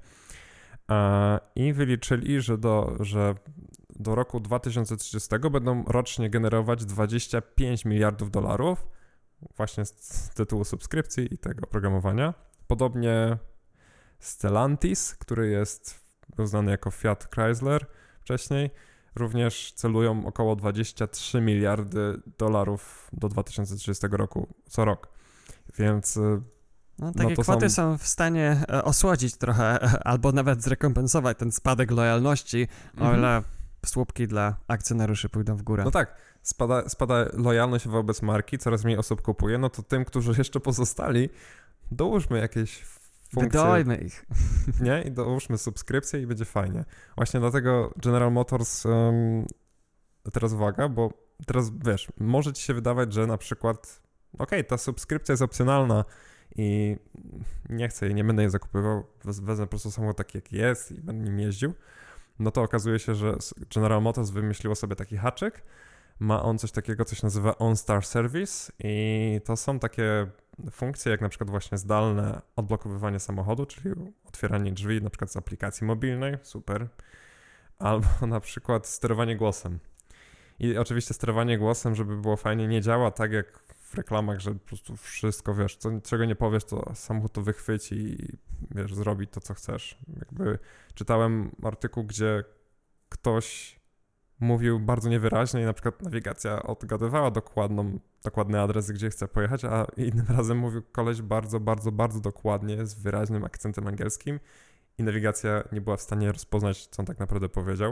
I wyliczyli, że do, że do roku dwa tysiące trzydziestego będą rocznie generować dwadzieścia pięć miliardów dolarów właśnie z tytułu subskrypcji i tego oprogramowania. Podobnie Stellantis, który jest był znany jako Fiat Chrysler wcześniej, również celują około dwadzieścia trzy miliardy dolarów do dwa tysiące trzydziestego roku co rok. Więc no, takie no kwoty są... są w stanie osłodzić trochę albo nawet zrekompensować ten spadek lojalności, mm-hmm. o ile słupki dla akcjonariuszy pójdą w górę. No tak, spada, spada lojalność wobec marki, coraz mniej osób kupuje, no to tym, którzy jeszcze pozostali, dołóżmy jakieś funkcje. Wydajmy ich. Nie? I dołóżmy subskrypcję i będzie fajnie. Właśnie dlatego General Motors, um, teraz uwaga, bo teraz wiesz, może ci się wydawać, że na przykład okej, okay, ta subskrypcja jest opcjonalna i nie chcę jej, nie będę jej zakupywał, wezmę po prostu samochód taki, jaki jest i będę nim jeździł. No to okazuje się, że General Motors wymyśliło sobie taki haczyk. Ma on coś takiego, co się nazywa OnStar Service i to są takie funkcje jak na przykład właśnie zdalne odblokowywanie samochodu, czyli otwieranie drzwi na przykład z aplikacji mobilnej, super, albo na przykład sterowanie głosem. I oczywiście sterowanie głosem, żeby było fajnie, nie działa tak jak w reklamach, że po prostu wszystko, wiesz, co, czego nie powiesz, to samochód to wychwyci i wiesz, zrobi to, co chcesz. Jakby czytałem artykuł, gdzie ktoś mówił bardzo niewyraźnie i na przykład nawigacja odgadywała dokładną, dokładny adres, gdzie chce pojechać, a innym razem mówił koleś bardzo, bardzo, bardzo dokładnie, z wyraźnym akcentem angielskim i nawigacja nie była w stanie rozpoznać, co on tak naprawdę powiedział.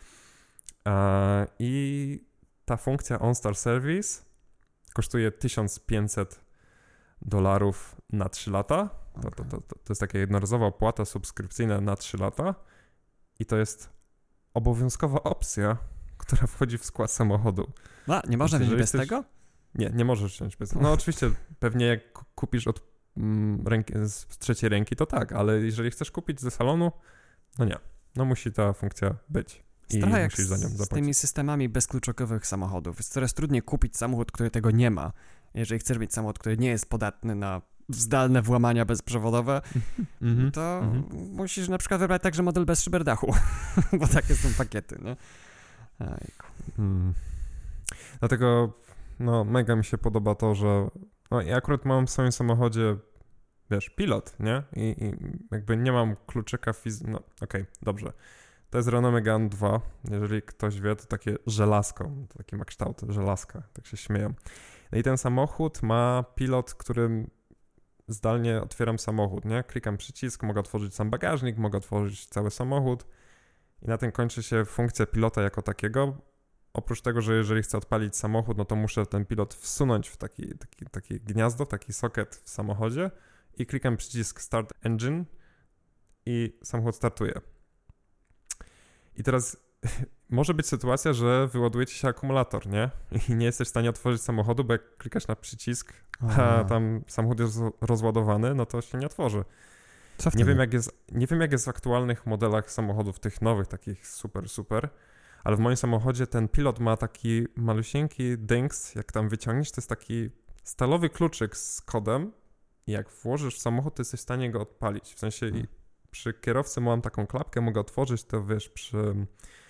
I ta funkcja OnStar Service kosztuje tysiąc pięćset dolarów na trzy lata. To, to, to, to jest taka jednorazowa opłata subskrypcyjna na trzy lata i to jest obowiązkowa opcja, która wchodzi w skład samochodu. No, nie można wziąć bez jesteś... tego? Nie, nie możesz wziąć bez tego. No oczywiście, pewnie jak kupisz od mm, ręki, z trzeciej ręki, to tak, ale jeżeli chcesz kupić ze salonu, no nie. No musi ta funkcja być. I trochę jak musisz za nią zapłacić. Z tymi systemami bezkluczowych samochodów. Jest coraz trudniej kupić samochód, który tego nie ma. Jeżeli chcesz mieć samochód, który nie jest podatny na zdalne włamania bezprzewodowe, mm-hmm, to mm-hmm. musisz na przykład wybrać także model bez szyberdachu, bo takie są pakiety, nie? Hmm. Dlatego no mega mi się podoba to, że no, ja akurat mam w swoim samochodzie, wiesz, pilot, nie? I, i jakby nie mam kluczyka fizycznego. No okej, okay, dobrze. To jest Renault Megane dwa. Jeżeli ktoś wie, to takie żelazko. To taki ma kształt żelazka. Tak się śmieją. No i ten samochód ma pilot, którym zdalnie otwieram samochód, nie? Klikam przycisk, mogę otworzyć sam bagażnik, mogę otworzyć cały samochód i na tym kończy się funkcja pilota jako takiego. Oprócz tego, że jeżeli chcę odpalić samochód, no to muszę ten pilot wsunąć w taki, taki, taki gniazdo, taki socket w samochodzie i klikam przycisk Start Engine i samochód startuje. I teraz może być sytuacja, że wyładuje ci się akumulator, nie? I nie jesteś w stanie otworzyć samochodu, bo jak klikasz na przycisk, a tam samochód jest rozładowany, no to się nie otworzy. Co wtedy? Nie wiem, jak jest, nie wiem, jak jest w aktualnych modelach samochodów, tych nowych, takich super, super, ale w moim samochodzie ten pilot ma taki malusieńki dings, jak tam wyciągniesz, to jest taki stalowy kluczyk z kodem i jak włożysz w samochód, to jesteś w stanie go odpalić. W sensie i przy kierowcy mam taką klapkę, mogę otworzyć to, wiesz, przy um,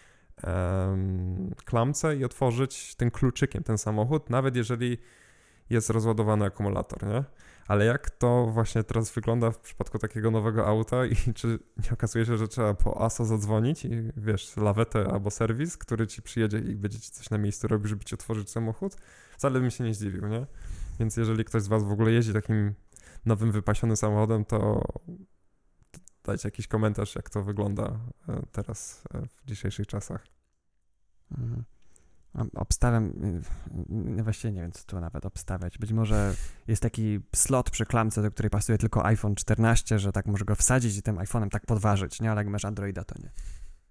klamce i otworzyć tym kluczykiem ten samochód, nawet jeżeli jest rozładowany akumulator, nie? Ale jak to właśnie teraz wygląda w przypadku takiego nowego auta i czy nie okazuje się, że trzeba po A S O zadzwonić i wiesz, lawetę albo serwis, który ci przyjedzie i będzie ci coś na miejscu robił, żeby ci otworzyć samochód? Wcale bym się nie zdziwił, nie? Więc jeżeli ktoś z was w ogóle jeździ takim nowym, wypasionym samochodem, to dajcie jakiś komentarz, jak to wygląda teraz w dzisiejszych czasach. Mhm. Obstawiam, właściwie nie wiem, co tu nawet obstawiać. Być może jest taki slot przy klamce, do której pasuje tylko iPhone czternaście, że tak może go wsadzić i tym iPhone'em tak podważyć, nie? Ale jak masz Androida, to nie.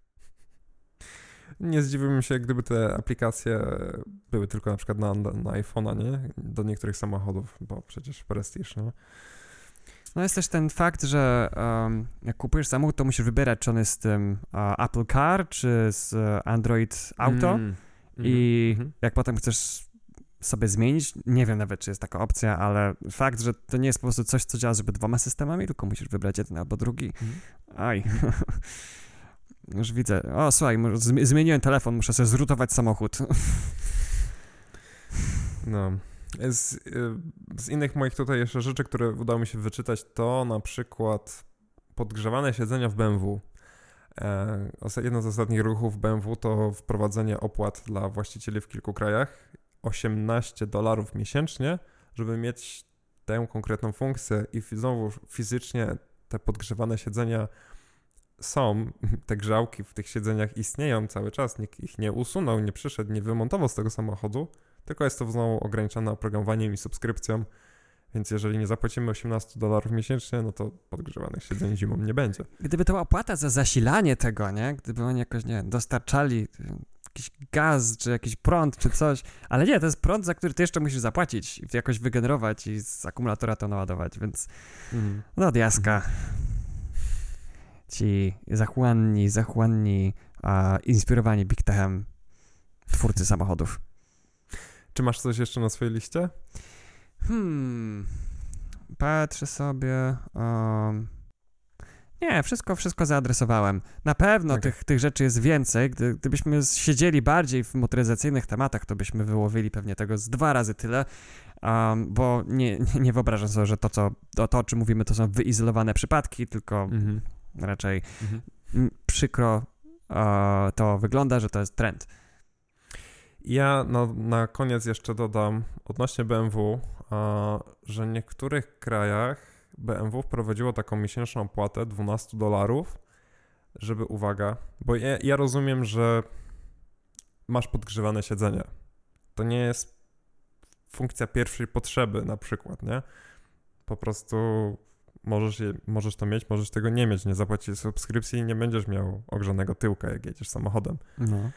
Nie zdziwiłbym się, gdyby te aplikacje były tylko na przykład na, na iPhone'a, nie? Do niektórych samochodów, bo przecież Prestige, nie? No jest też ten fakt, że um, jak kupujesz samochód, to musisz wybierać, czy on jest z tym uh, Apple Car, czy z uh, Android Auto. Mm. I mm-hmm. jak potem chcesz sobie zmienić, nie wiem nawet, czy jest taka opcja, ale fakt, że to nie jest po prostu coś, co działa żeby dwoma systemami, tylko musisz wybrać jeden albo drugi. Mm. Aj. Już widzę. O, słuchaj, zmieniłem telefon, muszę sobie zrutować samochód. No. Z, z innych moich tutaj jeszcze rzeczy, które udało mi się wyczytać, to na przykład podgrzewane siedzenia w B M W. Jedno z ostatnich ruchów B M W to wprowadzenie opłat dla właścicieli w kilku krajach. osiemnaście dolarów miesięcznie, żeby mieć tę konkretną funkcję i znowu fizycznie te podgrzewane siedzenia są, te grzałki w tych siedzeniach istnieją cały czas, nikt ich nie usunął, nie przyszedł, nie wymontował z tego samochodu, tylko jest to znowu ograniczone oprogramowaniem i subskrypcją, więc jeżeli nie zapłacimy osiemnaście dolarów miesięcznie, no to podgrzewanych siedzeń zimą nie będzie. Gdyby to była opłata za zasilanie tego, nie? Gdyby oni jakoś, nie wiem, dostarczali jakiś gaz, czy jakiś prąd, czy coś, ale nie, to jest prąd, za który ty jeszcze musisz zapłacić, jakoś wygenerować i z akumulatora to naładować, więc mm. no diaska. Ci zachłanni, zachłanni, a inspirowani Big Techem twórcy samochodów. Czy masz coś jeszcze na swojej liście? Hmm, patrzę sobie. Um, nie, wszystko, wszystko zaadresowałem. Na pewno okay. tych, tych rzeczy jest więcej. Gdy, gdybyśmy siedzieli bardziej w motoryzacyjnych tematach, to byśmy wyłowili pewnie tego z dwa razy tyle, um, bo nie, nie, nie wyobrażam sobie, że to, co, to, to, o czym mówimy, to są wyizolowane przypadki, tylko mm-hmm. raczej mm-hmm. m, przykro uh, to wygląda, że to jest trend. Ja na, na koniec jeszcze dodam odnośnie B M W, a, że w niektórych krajach B M W wprowadziło taką miesięczną opłatę dwanaście dolarów, żeby, uwaga, bo ja, ja rozumiem, że masz podgrzewane siedzenie. To nie jest funkcja pierwszej potrzeby na przykład, nie? Po prostu możesz, je, możesz to mieć, możesz tego nie mieć, nie zapłacić subskrypcji i nie będziesz miał ogrzanego tyłka, jak jedziesz samochodem. No.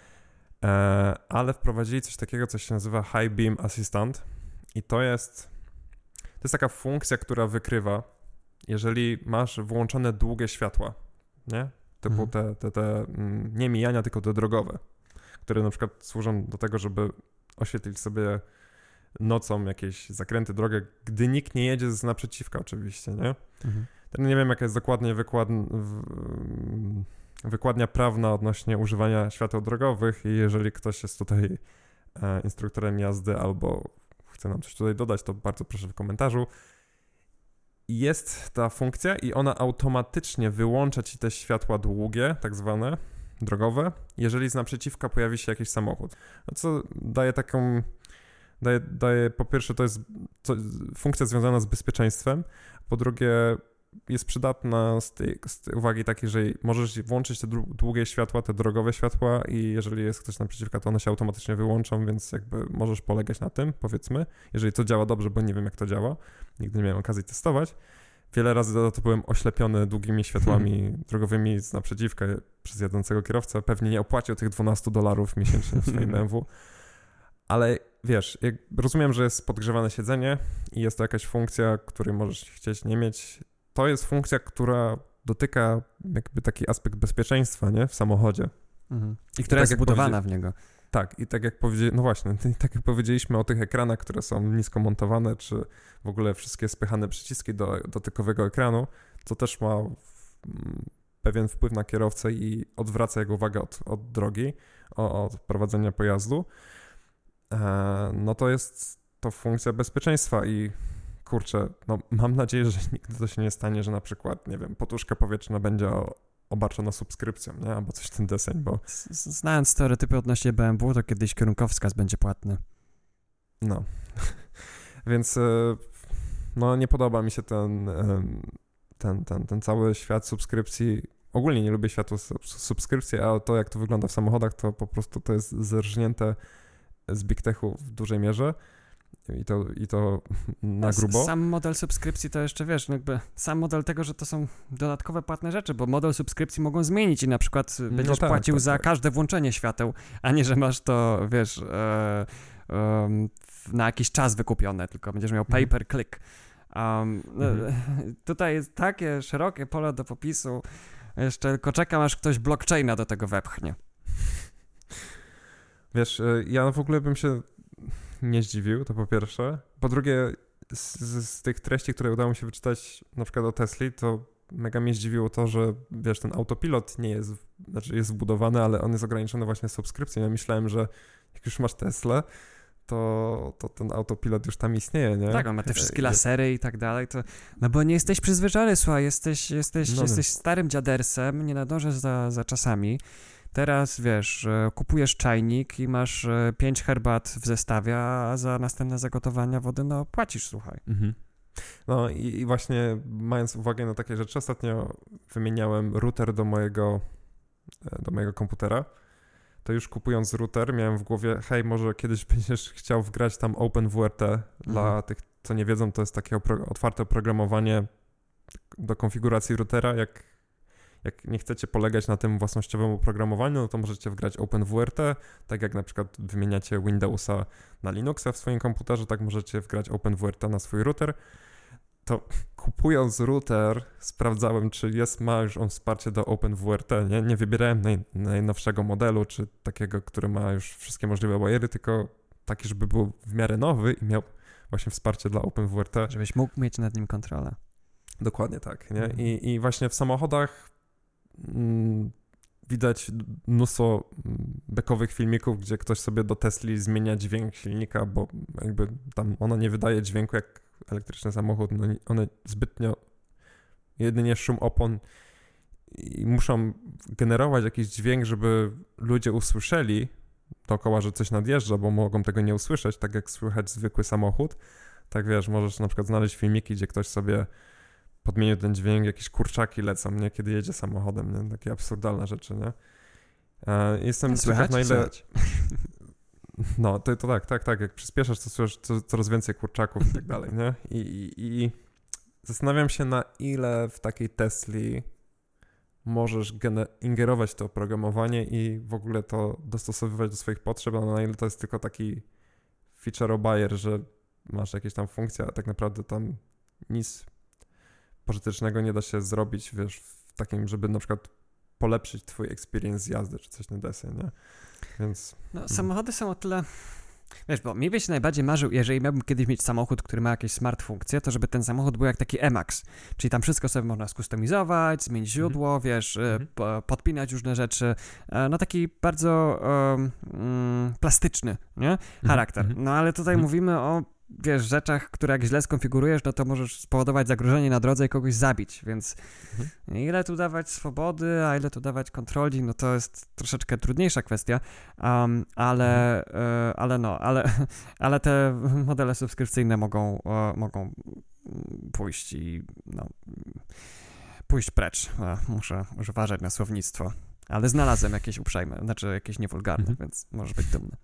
Ale wprowadzili coś takiego, co się nazywa High Beam Assistant i to jest to jest taka funkcja, która wykrywa, jeżeli masz włączone długie światła, nie? Typu mhm. te, te, te nie mijania, tylko te drogowe, które na przykład służą do tego, żeby oświetlić sobie nocą jakieś zakręty, drogę, gdy nikt nie jedzie z naprzeciwka oczywiście, nie? Mhm. Nie wiem, jaka jest dokładnie wykładnia wykładnia prawna odnośnie używania świateł drogowych i jeżeli ktoś jest tutaj e, instruktorem jazdy albo chce nam coś tutaj dodać, to bardzo proszę w komentarzu. Jest ta funkcja i ona automatycznie wyłącza ci te światła długie, tak zwane, drogowe, jeżeli z naprzeciwka pojawi się jakiś samochód. No co daje taką, daje, daje po pierwsze to jest to, funkcja związana z bezpieczeństwem, po drugie jest przydatna z tej, z tej uwagi takiej, że możesz włączyć te długie światła, te drogowe światła i jeżeli jest ktoś naprzeciwka, to one się automatycznie wyłączą, więc jakby możesz polegać na tym, powiedzmy, jeżeli to działa dobrze, bo nie wiem jak to działa, nigdy nie miałem okazji testować. Wiele razy za to byłem oślepiony długimi światłami hmm. drogowymi z naprzeciwka przez jadącego kierowcę, pewnie nie opłacił tych dwanaście dolarów miesięcznie w swoim B M W, ale wiesz, jak rozumiem, że jest podgrzewane siedzenie i jest to jakaś funkcja, której możesz chcieć nie mieć. To jest funkcja, która dotyka jakby taki aspekt bezpieczeństwa, nie? W samochodzie. Mhm. I która I tak jest wbudowana w niego. Tak, i tak jak powiedzieliśmy, no właśnie, tak jak powiedzieliśmy o tych ekranach, które są nisko montowane, czy w ogóle wszystkie spychane przyciski do dotykowego ekranu, to też ma pewien wpływ na kierowcę i odwraca jego uwagę od, od drogi, od prowadzenia pojazdu, no to jest to funkcja bezpieczeństwa i kurczę, no mam nadzieję, że nigdy to się nie stanie, że na przykład, nie wiem, poduszka powietrzna będzie obarczona subskrypcją, nie? Albo coś w ten deseń, bo... Znając stereotypy odnośnie B M W, to kiedyś kierunkowskaz będzie płatny. No. Więc no nie podoba mi się ten, ten, ten, ten cały świat subskrypcji. Ogólnie nie lubię światu subskrypcji, a to jak to wygląda w samochodach, to po prostu to jest zerżnięte z Big Techu w dużej mierze. I to, I to na grubo. Sam model subskrypcji to jeszcze, wiesz, jakby sam model tego, że to są dodatkowe płatne rzeczy, bo model subskrypcji mogą zmienić i na przykład będziesz no tak, płacił tak, za tak. każde włączenie świateł, a nie, że masz to, wiesz, e, e, na jakiś czas wykupione, tylko będziesz miał pay per click. Um, mhm. Tutaj jest takie szerokie pole do popisu, jeszcze tylko czekam, aż ktoś blockchaina do tego wepchnie. Wiesz, ja w ogóle bym się nie zdziwił, to po pierwsze. Po drugie, z, z tych treści, które udało mi się wyczytać na przykład o Tesli, to mega mnie zdziwiło to, że wiesz, ten autopilot nie jest, znaczy jest wbudowany, ale on jest ograniczony właśnie subskrypcją. Ja myślałem, że jak już masz Teslę, to, to ten autopilot już tam istnieje, nie? Tak, on ma te wszystkie lasery i tak dalej, to, no bo nie jesteś przyzwyczajony, słuchaj, jesteś, jesteś, no jesteś starym dziadersem, nie nadążasz za, za czasami. Teraz, wiesz, kupujesz czajnik i masz pięć herbat w zestawie, a za następne zagotowania wody, no płacisz, słuchaj. Mhm. No i, i właśnie mając uwagę na takie rzeczy, ostatnio wymieniałem router do mojego, do mojego komputera. To już kupując router miałem w głowie, hej, może kiedyś będziesz chciał wgrać tam OpenWrt. Mhm. Dla tych, co nie wiedzą, to jest takie opro- otwarte oprogramowanie do konfiguracji routera. Jak, jak nie chcecie polegać na tym własnościowym oprogramowaniu, no to możecie wgrać OpenWrt. Tak jak na przykład wymieniacie Windowsa na Linuxa w swoim komputerze, tak możecie wgrać OpenWrt na swój router. To kupując router sprawdzałem, czy jest, ma już on wsparcie do OpenWrt, nie, nie wybierałem naj, najnowszego modelu, czy takiego, który ma już wszystkie możliwe bariery, tylko taki, żeby był w miarę nowy i miał właśnie wsparcie dla OpenWrt. Żebyś mógł mieć nad nim kontrolę. Dokładnie tak, nie? Mhm. I, I właśnie w samochodach mm, widać mnóstwo bekowych filmików, gdzie ktoś sobie do Tesli zmienia dźwięk silnika, bo jakby tam ona nie wydaje dźwięku jak elektryczny samochód, no one zbytnio, jedynie szum opon i muszą generować jakiś dźwięk, żeby ludzie usłyszeli dookoła, że coś nadjeżdża, bo mogą tego nie usłyszeć, tak jak słychać zwykły samochód. Tak wiesz, możesz na przykład znaleźć filmiki, gdzie ktoś sobie podmienił ten dźwięk, jakieś kurczaki lecą, nie? Kiedy jedzie samochodem, nie? Takie absurdalne rzeczy, nie? Jestem ciekaw, na ile... No, to, to tak, tak, tak. Jak przyspieszasz, to słyszysz co, coraz więcej kurczaków i tak dalej, nie? I, i, I zastanawiam się, na ile w takiej Tesli możesz gene- ingerować to oprogramowanie i w ogóle to dostosowywać do swoich potrzeb, a na ile to jest tylko taki feature buyer, że masz jakieś tam funkcje, a tak naprawdę tam nic pożytecznego nie da się zrobić, wiesz, w takim, żeby na przykład polepszyć twój experience jazdy, czy coś na deseń, nie? Więc... No, samochody są o tyle... Wiesz, bo mi by się najbardziej marzył, jeżeli miałbym kiedyś mieć samochód, który ma jakieś smart funkcje, to żeby ten samochód był jak taki E-Max, czyli tam wszystko sobie można skustomizować, zmienić źródło, mm-hmm. wiesz, mm-hmm. p- podpinać różne rzeczy, no taki bardzo um, um, plastyczny, nie? Charakter. Mm-hmm. No ale tutaj mm-hmm. mówimy o, wiesz, rzeczach, które jak źle skonfigurujesz, no to możesz spowodować zagrożenie na drodze i kogoś zabić, więc mhm. ile tu dawać swobody, a ile tu dawać kontroli, no to jest troszeczkę trudniejsza kwestia, um, ale, mhm. y, ale no, ale, ale te modele subskrypcyjne mogą, y, mogą pójść i no, pójść precz. Muszę uważać na słownictwo, ale znalazłem jakieś uprzejme, znaczy jakieś niewulgarne, mhm. więc możesz być dumny.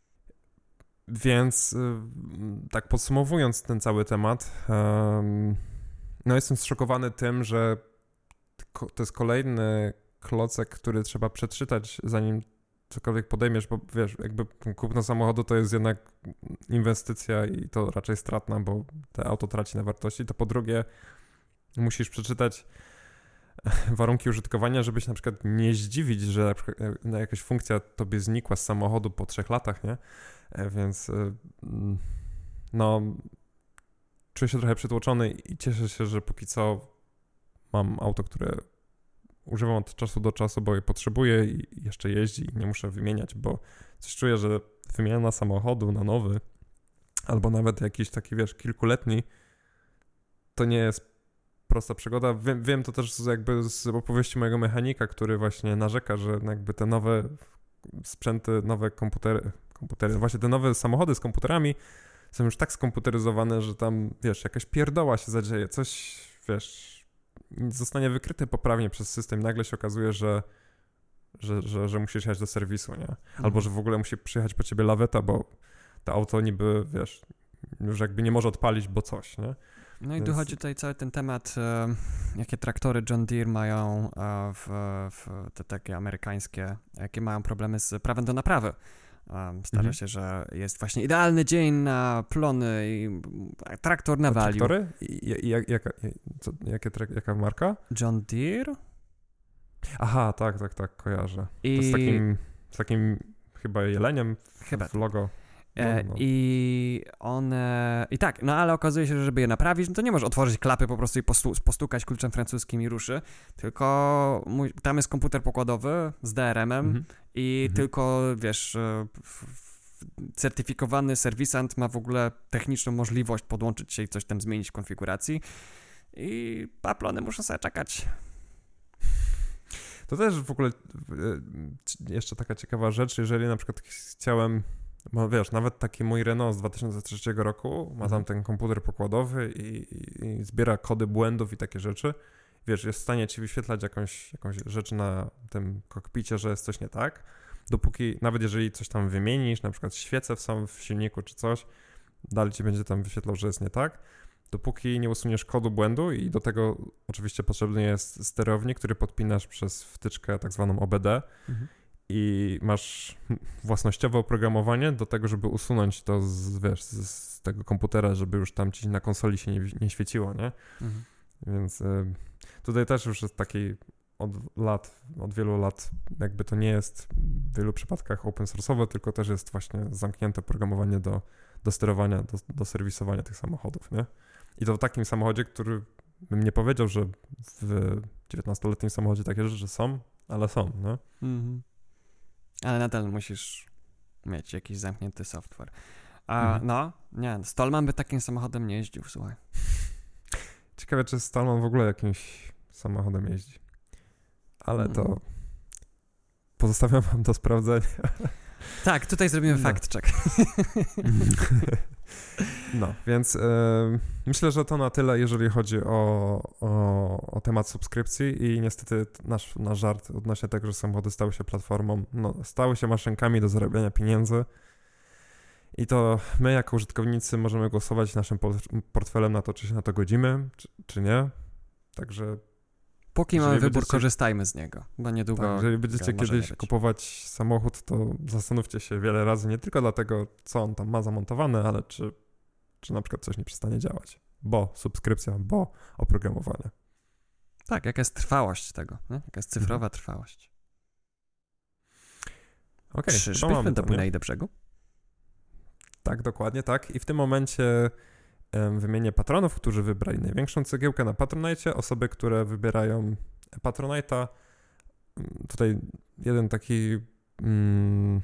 Więc tak podsumowując ten cały temat, um, no jestem zszokowany tym, że to jest kolejny klocek, który trzeba przeczytać, zanim cokolwiek podejmiesz, bo wiesz, jakby kupno samochodu to jest jednak inwestycja i to raczej stratna, bo te auto traci na wartości, to po drugie musisz przeczytać warunki użytkowania, żebyś na przykład nie zdziwić, że na przykład jakaś funkcja tobie znikła z samochodu po trzech latach, nie? Więc no czuję się trochę przytłoczony i cieszę się, że póki co mam auto, które używam od czasu do czasu, bo je potrzebuję i jeszcze jeździ i nie muszę wymieniać, bo coś czuję, że wymiana samochodu na nowy albo nawet jakiś taki, wiesz, kilkuletni, to nie jest prosta przygoda. Wiem, wiem to też z, jakby z opowieści mojego mechanika, który właśnie narzeka, że jakby te nowe sprzęty, nowe komputery, komputery, właśnie te nowe samochody z komputerami są już tak skomputeryzowane, że tam, wiesz, jakaś pierdoła się zadzieje, coś, wiesz, zostanie wykryte poprawnie przez system, nagle się okazuje, że Że, że, że musisz jechać do serwisu, nie? Albo, Mhm. że w ogóle musi przyjechać po ciebie laweta, bo to auto niby, wiesz, już jakby nie może odpalić, bo coś, nie? No i Więc- tu chodzi tutaj cały ten temat, e, jakie traktory John Deere mają e, w, w te takie amerykańskie, jakie mają problemy z prawem do naprawy. Um, stara Mhm. się, że jest właśnie idealny dzień na plony i traktor A nawalił. traktory? I, i, jak, jaka, co, jakie, trak- jaka marka? John Deere Aha, tak, tak, tak, kojarzę. i To z takim, z takim chyba jeleniem w, Chyba. w logo. E, No, no. I one. I tak, no ale okazuje się, że żeby je naprawić, no to nie możesz otworzyć klapy po prostu i postu, postukać kluczem francuskim i ruszy. Tylko mój, tam jest komputer pokładowy z D R M-em Mhm. i Mhm. tylko wiesz. e, w- w- Certyfikowany serwisant ma w ogóle techniczną możliwość podłączyć się i coś tam zmienić w konfiguracji. I paplony muszą sobie czekać. To też w ogóle e, jeszcze taka ciekawa rzecz, jeżeli na przykład chciałem, bo wiesz, nawet taki mój Renault z dwa tysiące trzeciego roku ma tam ten komputer pokładowy i, i, i zbiera kody błędów i takie rzeczy, wiesz, jest w stanie ci wyświetlać jakąś, jakąś rzecz na tym kokpicie, że jest coś nie tak, dopóki, nawet jeżeli coś tam wymienisz, na przykład świece są w silniku czy coś, dalej ci będzie tam wyświetlał, że jest nie tak, dopóki nie usuniesz kodu błędu i do tego oczywiście potrzebny jest sterownik, który podpinasz przez wtyczkę tak zwaną O B D Mhm. i masz własnościowe oprogramowanie do tego, żeby usunąć to z, wiesz, z, z tego komputera, żeby już tam ci na konsoli się nie, nie świeciło, nie? Mhm. Więc y, tutaj też już jest taki od lat, od wielu lat jakby to nie jest w wielu przypadkach open source'owe, tylko też jest właśnie zamknięte oprogramowanie do, do sterowania, do, do serwisowania tych samochodów, nie? I to w takim samochodzie, który bym nie powiedział, że w dziewiętnastoletnim samochodzie takie rzeczy są, ale są, no. Mhm. Ale nadal musisz mieć jakiś zamknięty software. A Mhm. no, nie, Stallman by takim samochodem nie jeździł, słuchaj. Ciekawe, czy Stallman w ogóle jakimś samochodem jeździ. Ale to Mm. pozostawiam wam do sprawdzenia. Tak, tutaj zrobimy No. fact check. No, więc y, myślę, że to na tyle, jeżeli chodzi o, o, o temat subskrypcji i niestety nasz, nasz żart odnośnie tego, że samochody stały się platformą, no, stały się maszynkami do zarabiania pieniędzy i to my jako użytkownicy możemy głosować naszym por- portfelem na to, czy się na to godzimy, czy, czy nie. Także Póki Jeżeli mamy wybór, będziecie- korzystajmy z niego, bo niedługo tak, jeżeli będziecie może nie kiedyś być. kupować samochód, to zastanówcie się wiele razy, nie tylko dlatego, co on tam ma zamontowane, ale czy, czy na przykład coś nie przestanie działać. Bo subskrypcja, bo oprogramowanie. Tak, jaka jest trwałość tego, nie? Jaka jest cyfrowa Mhm. trwałość. Okej, to Czyżbyśmy mamy to, nie? dopłynęli do brzegu? Tak, dokładnie tak. I w tym momencie em, wymienię patronów, którzy wybrali największą cegiełkę na Patronite, osoby, które wybierają Patronite'a. Mm, Tutaj jeden taki... Mm,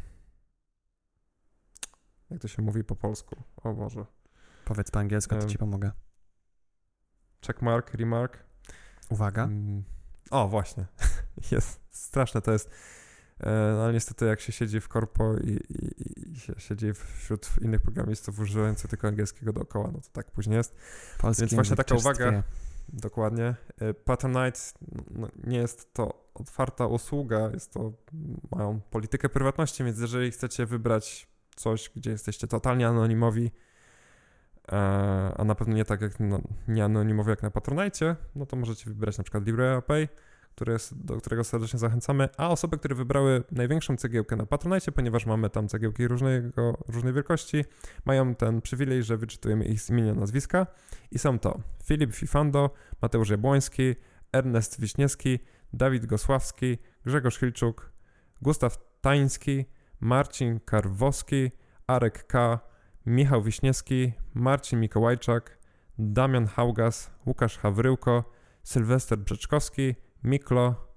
jak to się mówi po polsku? O Boże. Powiedz po angielsku, to Em. ci pomogę. Checkmark, remark. Uwaga. Mm, O, właśnie. Jest straszne to jest. E, No ale niestety jak się siedzi w korpo i, i, i się siedzi wśród innych programistów używających tylko angielskiego dookoła, no to tak później jest. Polski Więc właśnie język taka uwaga. czerstwieje. Dokładnie. E, Patronite no, nie jest to otwarta usługa, jest to, mają politykę prywatności, więc jeżeli chcecie wybrać coś, gdzie jesteście totalnie anonimowi, e, a na pewno nie tak jak, no, nie anonimowi jak na Patronite, no to możecie wybrać na przykład LibrePay, który jest, do którego serdecznie zachęcamy, a osoby, które wybrały największą cegiełkę na Patronite, ponieważ mamy tam cegiełki różnego, różnej wielkości, mają ten przywilej, że wyczytujemy ich imienia, nazwiska i są to Filip Fifando, Mateusz Jabłoński, Ernest Wiśniewski, Dawid Gosławski, Grzegorz Hilczuk, Gustaw Tański, Marcin Karwowski, Arek K., Michał Wiśniewski, Marcin Mikołajczak, Damian Haugas, Łukasz Hawryłko, Sylwester Brzeczkowski, Miklo,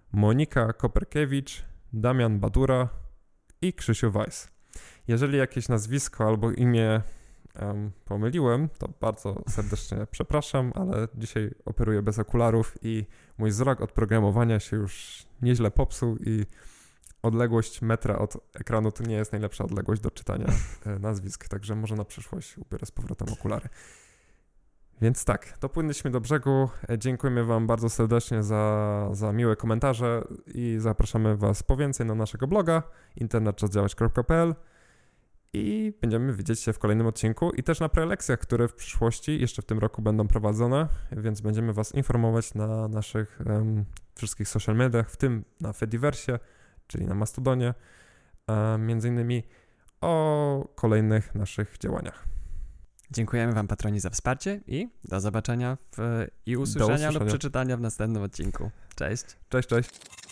Monika Koperkiewicz, Damian Badura i Krzysiu Weiss. Jeżeli jakieś nazwisko albo imię um, pomyliłem, to bardzo serdecznie przepraszam, ale dzisiaj operuję bez okularów i mój wzrok od programowania się już nieźle popsuł i odległość metra od ekranu to nie jest najlepsza odległość do czytania nazwisk, także może na przyszłość ubiorę z powrotem okulary. Więc tak, dopłynęliśmy do brzegu. Dziękujemy Wam bardzo serdecznie za, za miłe komentarze i zapraszamy Was po więcej na naszego bloga internet czas działać kropka p l i będziemy widzieć się w kolejnym odcinku i też na prelekcjach, które w przyszłości, jeszcze w tym roku będą prowadzone, więc będziemy Was informować na naszych um, wszystkich social mediach, w tym na Fediversie, czyli na Mastodonie, um, między innymi o kolejnych naszych działaniach. Dziękujemy Wam, patroni, za wsparcie i do zobaczenia w, i usłyszenia, usłyszenia lub przeczytania w następnym odcinku. Cześć. Cześć, cześć.